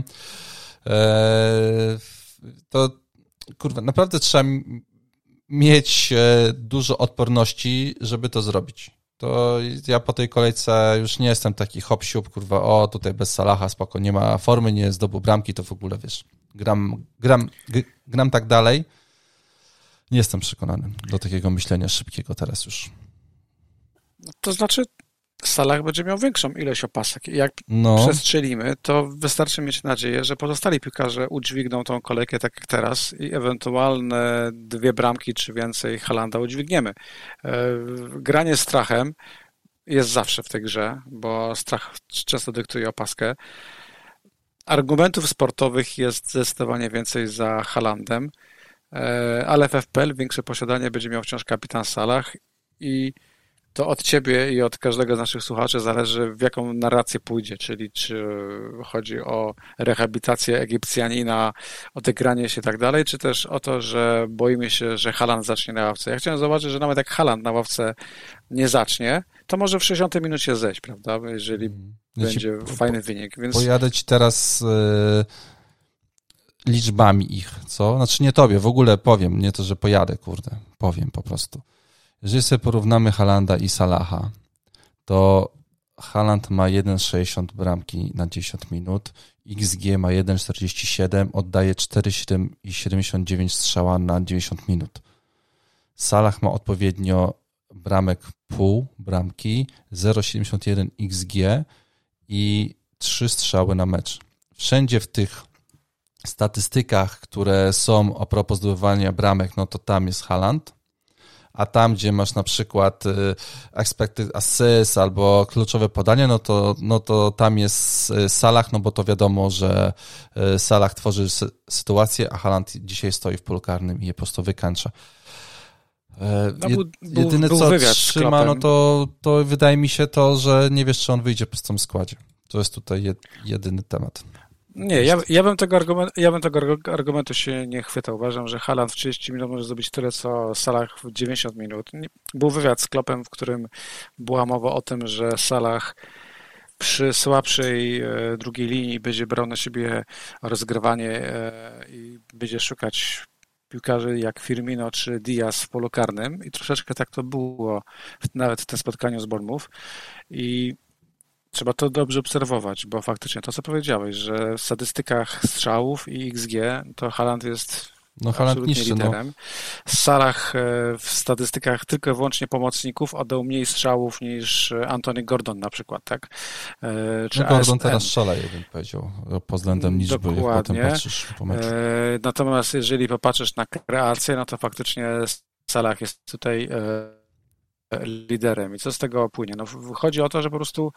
ee, to kurwa, naprawdę trzeba mieć dużo odporności, żeby to zrobić. To ja po tej kolejce już nie jestem taki hop-siup, kurwa, o, tutaj bez Salaha, spoko, nie ma formy, nie zdobył bramki, to w ogóle, wiesz, gram, gram, gram tak dalej. Nie jestem przekonany do takiego myślenia szybkiego teraz już. To znaczy, Salah będzie miał większą ilość opasek. Jak no. przestrzelimy, to wystarczy mieć nadzieję, że pozostali piłkarze udźwigną tą kolejkę tak jak teraz i ewentualne dwie bramki czy więcej Haalanda udźwigniemy. Granie strachem jest zawsze w tej grze, bo strach często dyktuje opaskę. Argumentów sportowych jest zdecydowanie więcej za Haalandem, ale w F P L większe posiadanie będzie miał wciąż kapitan Salah i to od ciebie i od każdego z naszych słuchaczy zależy, w jaką narrację pójdzie, czyli czy chodzi o rehabilitację Egipcjanina, odegranie się i tak dalej, czy też o to, że boimy się, że Haaland zacznie na ławce. Ja chciałem zobaczyć, że nawet jak Haaland na ławce nie zacznie, to może w sześćdziesiątej minucie zejść, prawda, jeżeli hmm. będzie ci, fajny po, wynik. Więc... Pojadę ci teraz yy, liczbami ich, co? Znaczy nie tobie, w ogóle powiem, nie to, że pojadę, kurde, powiem po prostu. Jeżeli sobie porównamy Haalanda i Salaha, to Haaland ma jeden przecinek sześćdziesiąt bramki na dziesięć minut, X G ma jeden przecinek czterdzieści siedem, oddaje cztery przecinek siedemdziesiąt dziewięć strzała na dziewięćdziesiąt minut. Salah ma odpowiednio bramek pół bramki, zero przecinek siedemdziesiąt jeden X G i trzy strzały na mecz. Wszędzie w tych statystykach, które są a propos zdobywania bramek, no to tam jest Haaland, a tam, gdzie masz na przykład expected assist albo kluczowe podanie, no to, no to tam jest Salah, no bo to wiadomo, że Salah tworzy sytuację, a Haaland dzisiaj stoi w polu karnym i je po prostu wykańcza. No, był, Jedyne, był co trzyma, no to, to wydaje mi się to, że nie wiesz, czy on wyjdzie po tym składzie. To jest tutaj jedyny temat. Nie, ja, ja, bym tego argumentu, ja bym tego argumentu się nie chwytał. Uważam, że Haaland w trzydzieści minut może zrobić tyle, co Salah w dziewięćdziesiąt minut. Był wywiad z Kloppem, w którym była mowa o tym, że Salah przy słabszej e, drugiej linii będzie brał na siebie rozgrywanie e, i będzie szukać piłkarzy jak Firmino czy Diaz w polu karnym i troszeczkę tak to było nawet w tym spotkaniu z Bournemouth i trzeba to dobrze obserwować, bo faktycznie to, co powiedziałeś, że w statystykach strzałów i X G to Haaland jest no, Haaland absolutnie niższy, liderem. No. Salah w statystykach tylko i wyłącznie pomocników oddał mniej strzałów niż Anthony Gordon na przykład, tak? Czy no Gordon teraz szaleje, bym powiedział, pod względem liczby, jak potem patrzysz po meczu. Natomiast jeżeli popatrzysz na kreację, no to faktycznie Salah jest tutaj liderem. I co z tego płynie? No, chodzi o to, że po prostu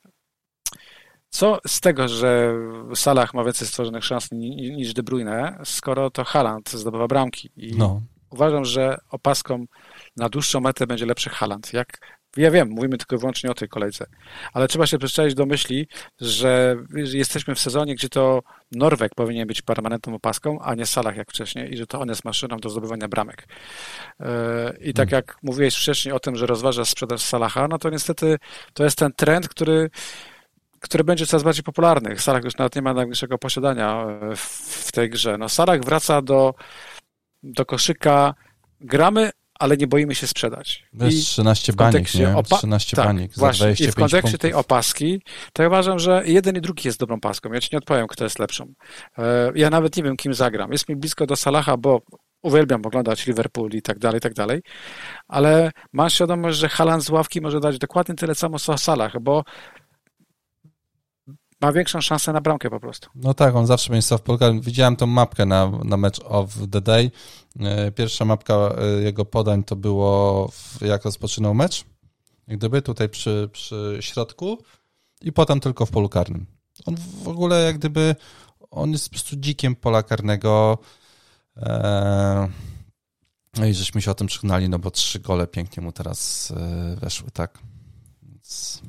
co z tego, że Salah ma więcej stworzonych szans niż De Bruyne, skoro to Haaland zdobywa bramki. I no. Uważam, że opaską na dłuższą metę będzie lepszy Haaland. Jak ja wiem, mówimy tylko i wyłącznie o tej kolejce, ale trzeba się przyzwyczaić do myśli, że jesteśmy w sezonie, gdzie to Norweg powinien być permanentną opaską, a nie Salah jak wcześniej i że to on jest maszyną do zdobywania bramek. I tak jak mówiłeś wcześniej o tym, że rozważasz sprzedaż Salaha, no to niestety to jest ten trend, który który będzie coraz bardziej popularny. Salah już nawet nie ma najmniejszego posiadania w tej grze. No Salah wraca do, do koszyka, gramy, ale nie boimy się sprzedać. Wiesz, trzynaście baniek, nie? Opa- trzynaście tak, baniek za właśnie. dwadzieścia pięć I w kontekście punktów. tej opaski, to ja uważam, że jeden i drugi jest dobrą paską. Ja ci nie odpowiem, kto jest lepszą. Ja nawet nie wiem, kim zagram. Jest mi blisko do Salaha, bo uwielbiam oglądać Liverpool i tak dalej, i tak dalej, ale mam świadomość, że Haaland z ławki może dać dokładnie tyle samo, co Salah, bo ma większą szansę na bramkę po prostu. No tak, on zawsze będzie stał w polu karnym. Widziałem tą mapkę na, na Match of the Day. Pierwsza mapka jego podań to było, w, jak rozpoczynał mecz, jak gdyby tutaj przy, przy środku i potem tylko w polu karnym. On w ogóle jak gdyby, on jest po prostu dzikiem pola karnego. Eee, no i żeśmy się o tym przekonali, no bo trzy gole pięknie mu teraz e, weszły, tak? Więc...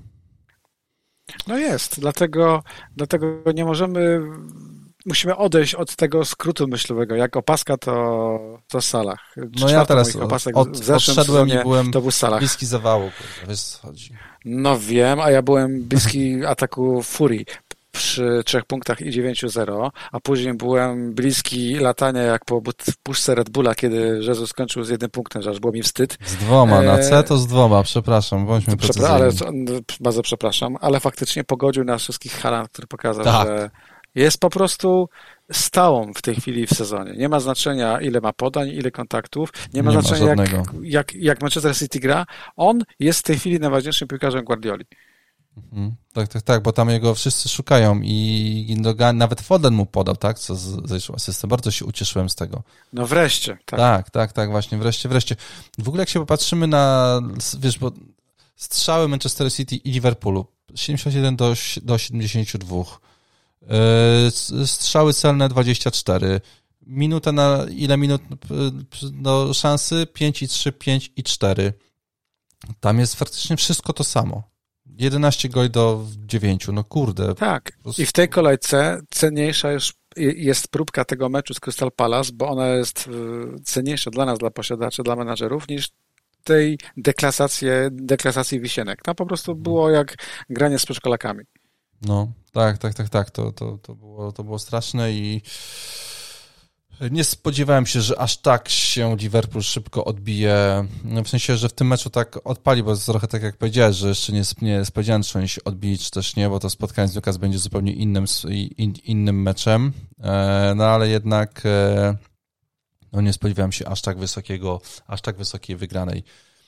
No jest, dlatego, dlatego nie możemy, musimy odejść od tego skrótu myślowego. Jak opaska, to, to Salah. No ja teraz opasek od, w zeszłym odszedłem i byłem to był Salah. bliski zawału. Wiesz, co chodzi. No wiem, a ja byłem bliski ataku Furii przy trzech punktach i dziewięciu zero, a później byłem bliski latania jak po puszce Red Bulla, kiedy Jezus skończył z jednym punktem, że aż było mi wstyd. Z dwoma, na C to z dwoma, przepraszam, bądźmy precyzyjni. Ale, bardzo przepraszam, ale faktycznie pogodził nas wszystkich Haaland, który pokazał, tak. że jest po prostu stałą w tej chwili w sezonie. Nie ma znaczenia, ile ma podań, ile kontaktów, nie ma nie znaczenia, ma jak, jak, jak Manchester City gra. On jest w tej chwili najważniejszym piłkarzem Guardioli. Mhm. Tak, tak, tak, bo tam jego wszyscy szukają i Gindogan, nawet Foden mu podał, tak, co zajrzał asystę. Bardzo się ucieszyłem z tego. No wreszcie. Tak. tak, tak, tak, właśnie, wreszcie, wreszcie. W ogóle jak się popatrzymy na, wiesz, bo strzały Manchester City i Liverpoolu, siedemdziesiąt jeden do siedemdziesięciu dwóch, yy, strzały celne dwadzieścia cztery, minuta na, ile minut do szansy? pięć i trzy, pięć i cztery. Tam jest faktycznie wszystko to samo. jedenaście goli do dziewięciu, no kurde. Tak, i w tej kolejce cenniejsza już jest próbka tego meczu z Crystal Palace, bo ona jest cenniejsza dla nas, dla posiadaczy, dla menadżerów, niż tej deklasacji, deklasacji Wisienek. Tam po prostu było jak granie z przedszkolakami. No, tak, tak, tak, tak. To, to, to, było, to było straszne i nie spodziewałem się, że aż tak się Liverpool szybko odbije. W sensie, że w tym meczu tak odpali, bo jest trochę tak jak powiedziałeś, że jeszcze nie, nie spodziewałem, czy oni się odbili, czy też nie, bo to spotkanie z Newcastle będzie zupełnie innym, in, innym meczem. No ale jednak no nie spodziewałem się aż tak wysokiego, aż tak wysokiej wygranej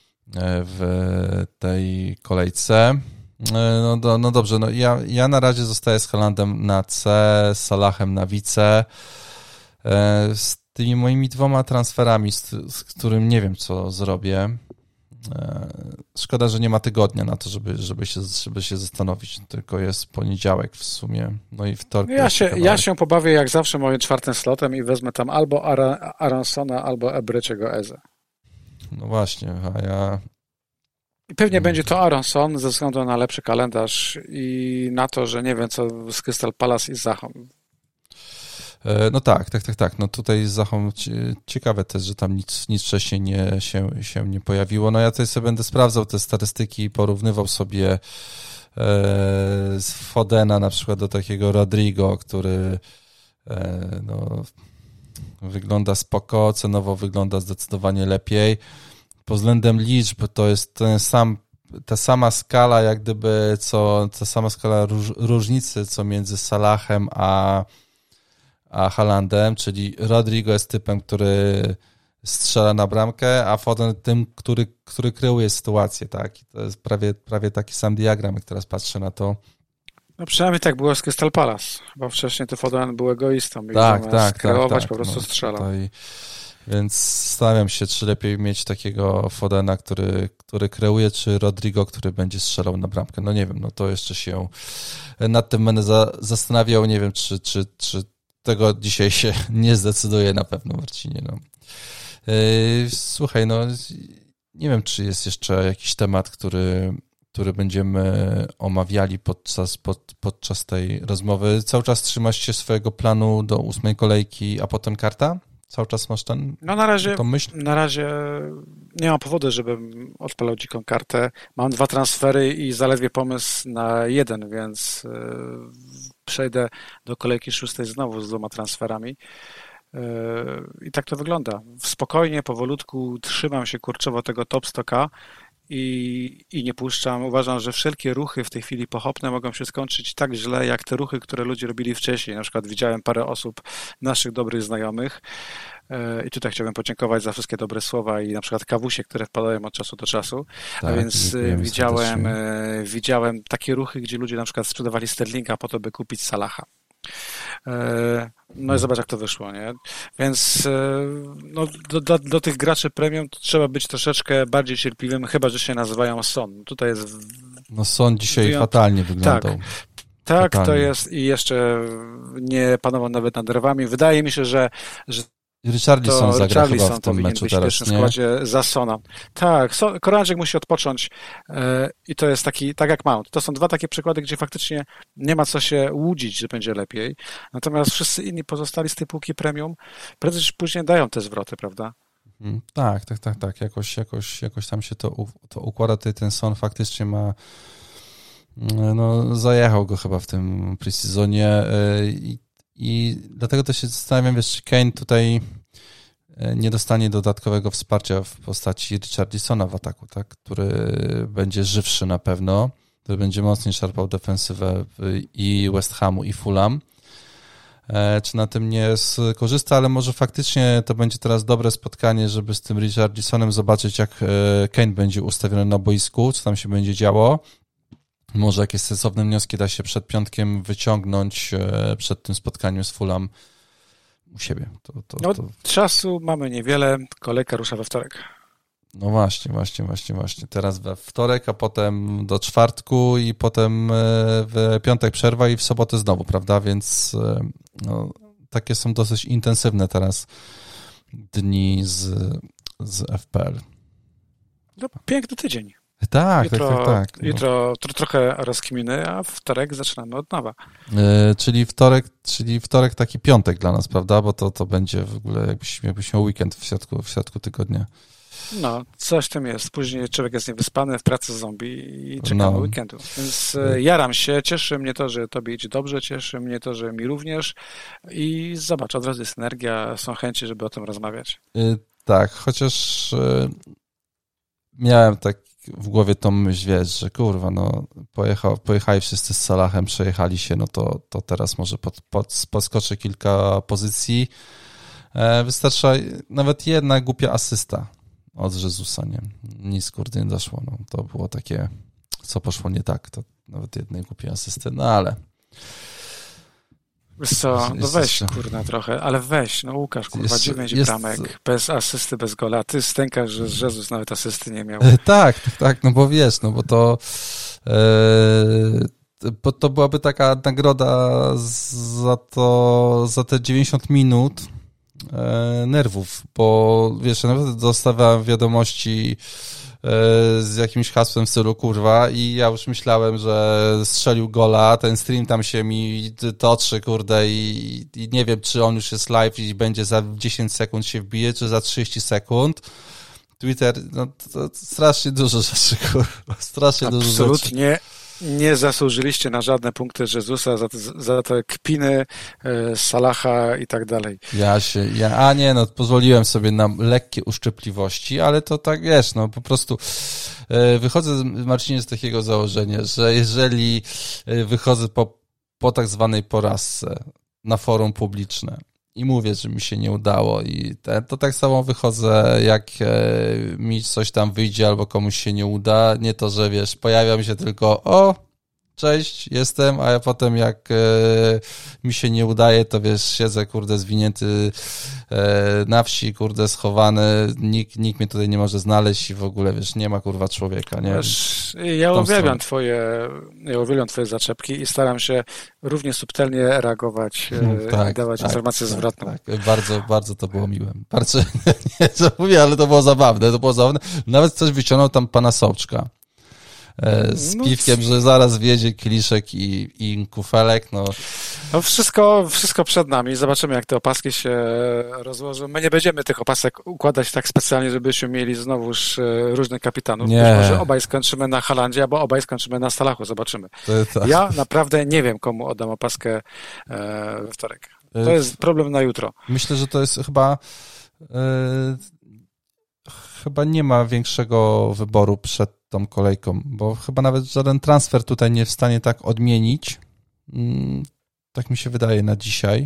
w tej kolejce. No, do, no dobrze, no ja, ja na razie zostaję z Haalandem na C, z Salahem na wice. tymi moimi dwoma transferami, z, z którym nie wiem, co zrobię. Szkoda, że nie ma tygodnia na to, żeby, żeby, się, żeby się zastanowić. Tylko jest poniedziałek w sumie. No i wtorek. Ja się, ja się pobawię jak zawsze moim czwartym slotem i wezmę tam albo Ara, Aransona, albo Ebreciego Eze. No właśnie, a ja... I pewnie hmm. będzie to Aronson ze względu na lepszy kalendarz i na to, że nie wiem co z Crystal Palace i z Zachą. No tak, tak, tak, tak. No tutaj z Zachą ciekawe też, że tam nic, nic wcześniej nie, się, się nie pojawiło. No ja tutaj sobie będę sprawdzał te statystyki i porównywał sobie e, z Fodena na przykład do takiego Rodrigo, który e, no, wygląda spoko, cenowo wygląda zdecydowanie lepiej. Pod względem liczb to jest ten sam, ta sama skala jak gdyby, co, ta sama skala róż, różnicy, co między Salahem a a Haalandem, czyli Rodrigo jest typem, który strzela na bramkę, a Foden tym, który, który kreuje sytuację, tak? I to jest prawie, prawie taki sam diagram, jak teraz patrzę na to. No przynajmniej tak było z Crystal Palace, bo wcześniej to Foden był egoistą i tak, tak, kreować tak, tak, po prostu no, strzelał. Tutaj, więc zastanawiam się, czy lepiej mieć takiego Fodena, który, który kreuje, czy Rodrigo, który będzie strzelał na bramkę. No nie wiem, no to jeszcze się nad tym będę za, zastanawiał, nie wiem, czy, czy, czy tego dzisiaj się nie zdecyduje na pewno, Marcinie. No. Słuchaj, no nie wiem, czy jest jeszcze jakiś temat, który, który będziemy omawiali podczas, pod, podczas tej rozmowy. Cały czas trzymasz się swojego planu do ósmej kolejki, a potem karta? Cały czas masz ten, no na razie, tą myśl? Na razie nie mam powodu, żebym odpalał dziką kartę. Mam dwa transfery i zaledwie pomysł na jeden, więc przejdę do kolejki szóstej znowu z dwoma transferami. I tak to wygląda. Spokojnie, powolutku trzymam się kurczowo tego top stocka i, i nie puszczam. Uważam, że wszelkie ruchy w tej chwili pochopne mogą się skończyć tak źle, jak te ruchy, które ludzie robili wcześniej. Na przykład widziałem parę osób, naszych dobrych znajomych, i tutaj chciałbym podziękować za wszystkie dobre słowa i na przykład kawusie, które wpadają od czasu do czasu. Tak, a więc widziałem, widziałem takie ruchy, gdzie ludzie na przykład sprzedawali Sterlinga po to, by kupić Salaha. No i zobacz, jak to wyszło, nie? Więc no, do, do, do tych graczy premium trzeba być troszeczkę bardziej cierpliwym, chyba że się nazywają Son. Tutaj jest... No Son dzisiaj wyjąt... fatalnie wyglądał. Tak. Tak, fatalnie. To jest i jeszcze nie panował nawet nad nerwami. Wydaje mi się, że, że Richarlison zagra chyba w tym meczu teraz, w pierwszym składzie za Sona. Tak, so, Koreańczyk musi odpocząć yy, i to jest taki, tak jak Mount. To są dwa takie przykłady, gdzie faktycznie nie ma co się łudzić, że będzie lepiej. Natomiast wszyscy inni pozostali z tej półki premium prędzej czy później dają te zwroty, prawda? Hmm, tak, tak, tak, tak. Jakoś, jakoś, jakoś tam się to, to układa. Tutaj ten Son faktycznie ma no, zajechał go chyba w tym pre-seasonie i I dlatego też się zastanawiam, wiesz, czy Kane tutaj nie dostanie dodatkowego wsparcia w postaci Richarlisona w ataku, tak? Który będzie żywszy na pewno, który będzie mocniej szarpał defensywę i West Hamu, i Fulham. Czy na tym nie skorzysta, ale może faktycznie to będzie teraz dobre spotkanie, żeby z tym Richarlisonem zobaczyć, jak Kane będzie ustawiony na boisku, co tam się będzie działo. Może jakieś sensowne wnioski da się przed piątkiem wyciągnąć przed tym spotkaniem z Fulham u siebie. To, to, no, to... Czasu mamy niewiele, kolejka rusza we wtorek. No właśnie, właśnie, właśnie, właśnie. Teraz we wtorek, a potem do czwartku i potem w piątek przerwa i w sobotę znowu, prawda? Więc no, takie są dosyć intensywne teraz dni z, z F P L. No, piękny tydzień. Tak, jutro, tak, tak, tak. Jutro no. trochę rozkminy, a wtorek zaczynamy od nowa. Yy, czyli wtorek, czyli wtorek taki piątek dla nas, prawda? Bo to, to będzie w ogóle jakbyś, jakbyś miał weekend w środku, w środku tygodnia. No, coś tam jest. Później człowiek jest niewyspany w pracy zombie i czekamy no. weekendu. Więc jaram się, cieszy mnie to, że tobie idzie dobrze, cieszy mnie to, że mi również i zobacz, od razu jest energia, są chęci, żeby o tym rozmawiać. Yy, tak, chociaż yy, miałem tak w głowie tą myśl, wiesz, że kurwa, no pojechał, pojechali wszyscy z Salahem, przejechali się, no to, to teraz może pod, pod, podskoczy kilka pozycji. E, wystarcza nawet jedna głupia asysta od Jezusa, nie? Nic kurde nie doszło, no to było takie, co poszło nie tak, to nawet jednej głupiej asysty, no ale... Wiesz co, Jest, no jest weź, jeszcze... kurna, trochę, ale weź, no Łukasz, kurwa, jest, dziewięć jest... bramek, bez asysty, bez gola. Ty stękasz, że Jezus nawet asysty nie miał. Tak, tak, no bo wiesz, no bo to e, bo to byłaby taka nagroda za to, za te dziewięćdziesiąt minut e, nerwów, bo wiesz, ja nawet dostawałem wiadomości z jakimś hasłem w stylu kurwa i ja już myślałem, że strzelił gola, ten stream tam się mi toczy, kurde, i, i nie wiem, czy on już jest live i będzie za dziesięć sekund się wbije, czy za trzydzieści sekund. Twitter, no to, to strasznie dużo rzeczy, kurwa, strasznie Absolutnie. dużo rzeczy. Absolutnie nie zasłużyliście na żadne punkty Jezusa za te, za te kpiny e, Salaha i tak dalej. Ja się, ja, a nie, no pozwoliłem sobie na lekkie uszczypliwości, ale to tak, wiesz, no po prostu e, wychodzę, Marcinie, z takiego założenia, że jeżeli wychodzę po, po tak zwanej porażce na forum publiczne i mówię, że mi się nie udało i te, to tak samo wychodzę, jak e, mi coś tam wyjdzie albo komuś się nie uda. Nie to, że wiesz, pojawiam się tylko o, cześć, jestem, a ja potem jak e, mi się nie udaje, to wiesz, siedzę, kurde, zwinięty e, na wsi, kurde, schowany, nikt, nikt mnie tutaj nie może znaleźć i w ogóle, wiesz, nie ma, kurwa, człowieka, nie? Wiesz, ja uwielbiam twoje, ja uwielbiam twoje zaczepki i staram się równie subtelnie reagować e, tak, i dawać tak, informację tak, zwrotną. Tak, bardzo, bardzo to było miłe. Bardzo, nie, co mówię, ale to było zabawne, to było zabawne. Nawet coś wyciągnął tam pana Sołczka. Z no, piwkiem, że zaraz wjedzie kieliszek i, i kufelek, no. No wszystko, wszystko przed nami. Zobaczymy, jak te opaski się rozłożą. My nie będziemy tych opasek układać tak specjalnie, żebyśmy mieli znowuż różnych kapitanów. Nie. Być może obaj skończymy na Halandzie, albo obaj skończymy na Salachu. Zobaczymy. To, to... Ja naprawdę nie wiem, komu oddam opaskę we wtorek. To jest problem na jutro. Myślę, że to jest chyba e, chyba nie ma większego wyboru przed tą kolejką, bo chyba nawet żaden transfer tutaj nie w stanie tak odmienić. Tak mi się wydaje na dzisiaj.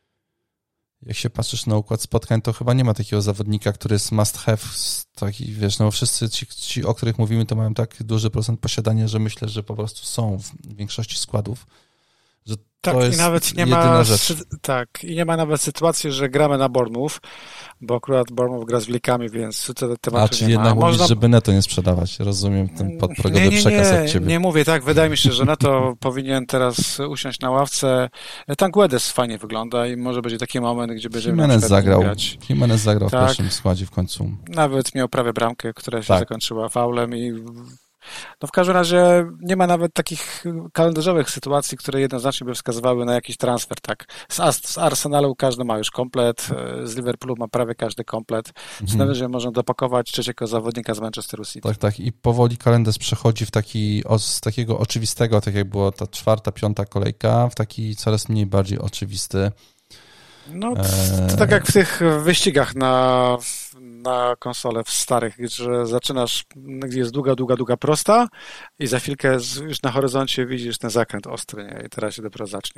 Jak się patrzysz na układ spotkań, to chyba nie ma takiego zawodnika, który jest must have, taki, wiesz, no wszyscy ci, ci, o których mówimy, to mają tak duży procent posiadania, że myślę, że po prostu są w większości składów. Że tak, to jest i nawet nie jedyna ma, rzecz. tak, i nie ma nawet sytuacji, że gramy na Bournemouth, bo akurat Bournemouth gra z Wilkami, więc te tematy A, czyli nie jednak ma. mówisz, Można... żeby Neto nie sprzedawać. Rozumiem ten podprogowy nie, nie, przekaz nie, od ciebie. Nie mówię tak, wydaje mi się, że Neto powinien teraz usiąść na ławce. Tam Guedes fajnie wygląda i może będzie taki moment, gdzie będziemy Jimenez zagrał. grać. Jimenez zagrał tak. w pierwszym składzie w końcu. Nawet miał prawie bramkę, która się tak. zakończyła faulem i no w każdym razie nie ma nawet takich kalendarzowych sytuacji, które jednoznacznie by wskazywały na jakiś transfer, tak. Z, As- z Arsenalu każdy ma już komplet, z Liverpoolu ma prawie każdy komplet. Mhm. Nawet, że można dopakować trzeciego zawodnika z Manchesteru City. Tak, tak. I powoli kalendarz przechodzi w taki, z takiego oczywistego, tak jak była ta czwarta, piąta kolejka, w taki coraz mniej bardziej oczywisty. No, to, to tak jak w tych wyścigach na, na konsolę w starych, że zaczynasz, gdzie jest długa, długa, długa prosta i za chwilkę już na horyzoncie widzisz ten zakręt ostry, nie? I teraz się dopiero zacznie.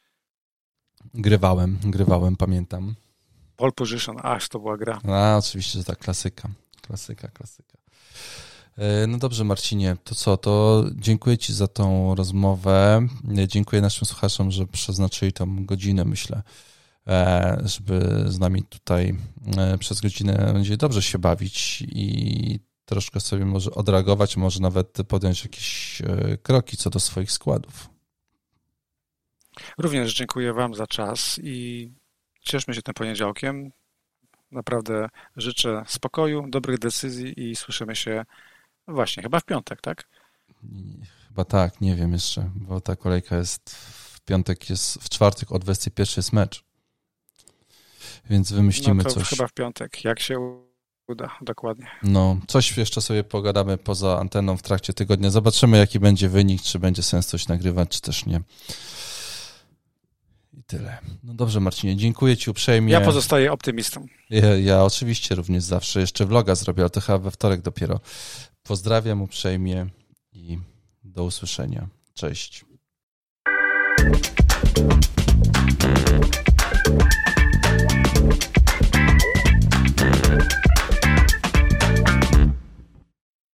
Grywałem, grywałem, pamiętam. Pole position, aż to była gra. A, oczywiście, że tak, klasyka, klasyka, klasyka. No dobrze, Marcinie, to co, to dziękuję Ci za tą rozmowę. Dziękuję naszym słuchaczom, że przeznaczyli tą godzinę, myślę, żeby z nami tutaj przez godzinę będzie dobrze się bawić i troszkę sobie może odreagować, może nawet podjąć jakieś kroki co do swoich składów. Również dziękuję Wam za czas i cieszmy się tym poniedziałkiem. Naprawdę życzę spokoju, dobrych decyzji i słyszymy się właśnie chyba w piątek, tak? Chyba tak, nie wiem jeszcze, bo ta kolejka jest w piątek, jest w czwartek o dwudziestej pierwszej jest mecz. Więc wymyślimy no to coś. Chyba w piątek, jak się uda, dokładnie. No, coś jeszcze sobie pogadamy poza anteną w trakcie tygodnia. Zobaczymy, jaki będzie wynik, czy będzie sens coś nagrywać, czy też nie. I tyle. No dobrze, Marcinie, dziękuję Ci uprzejmie. Ja pozostaję optymistą. Ja, ja oczywiście również zawsze. Jeszcze vloga zrobię, ale to chyba we wtorek dopiero. Pozdrawiam uprzejmie i do usłyszenia. Cześć.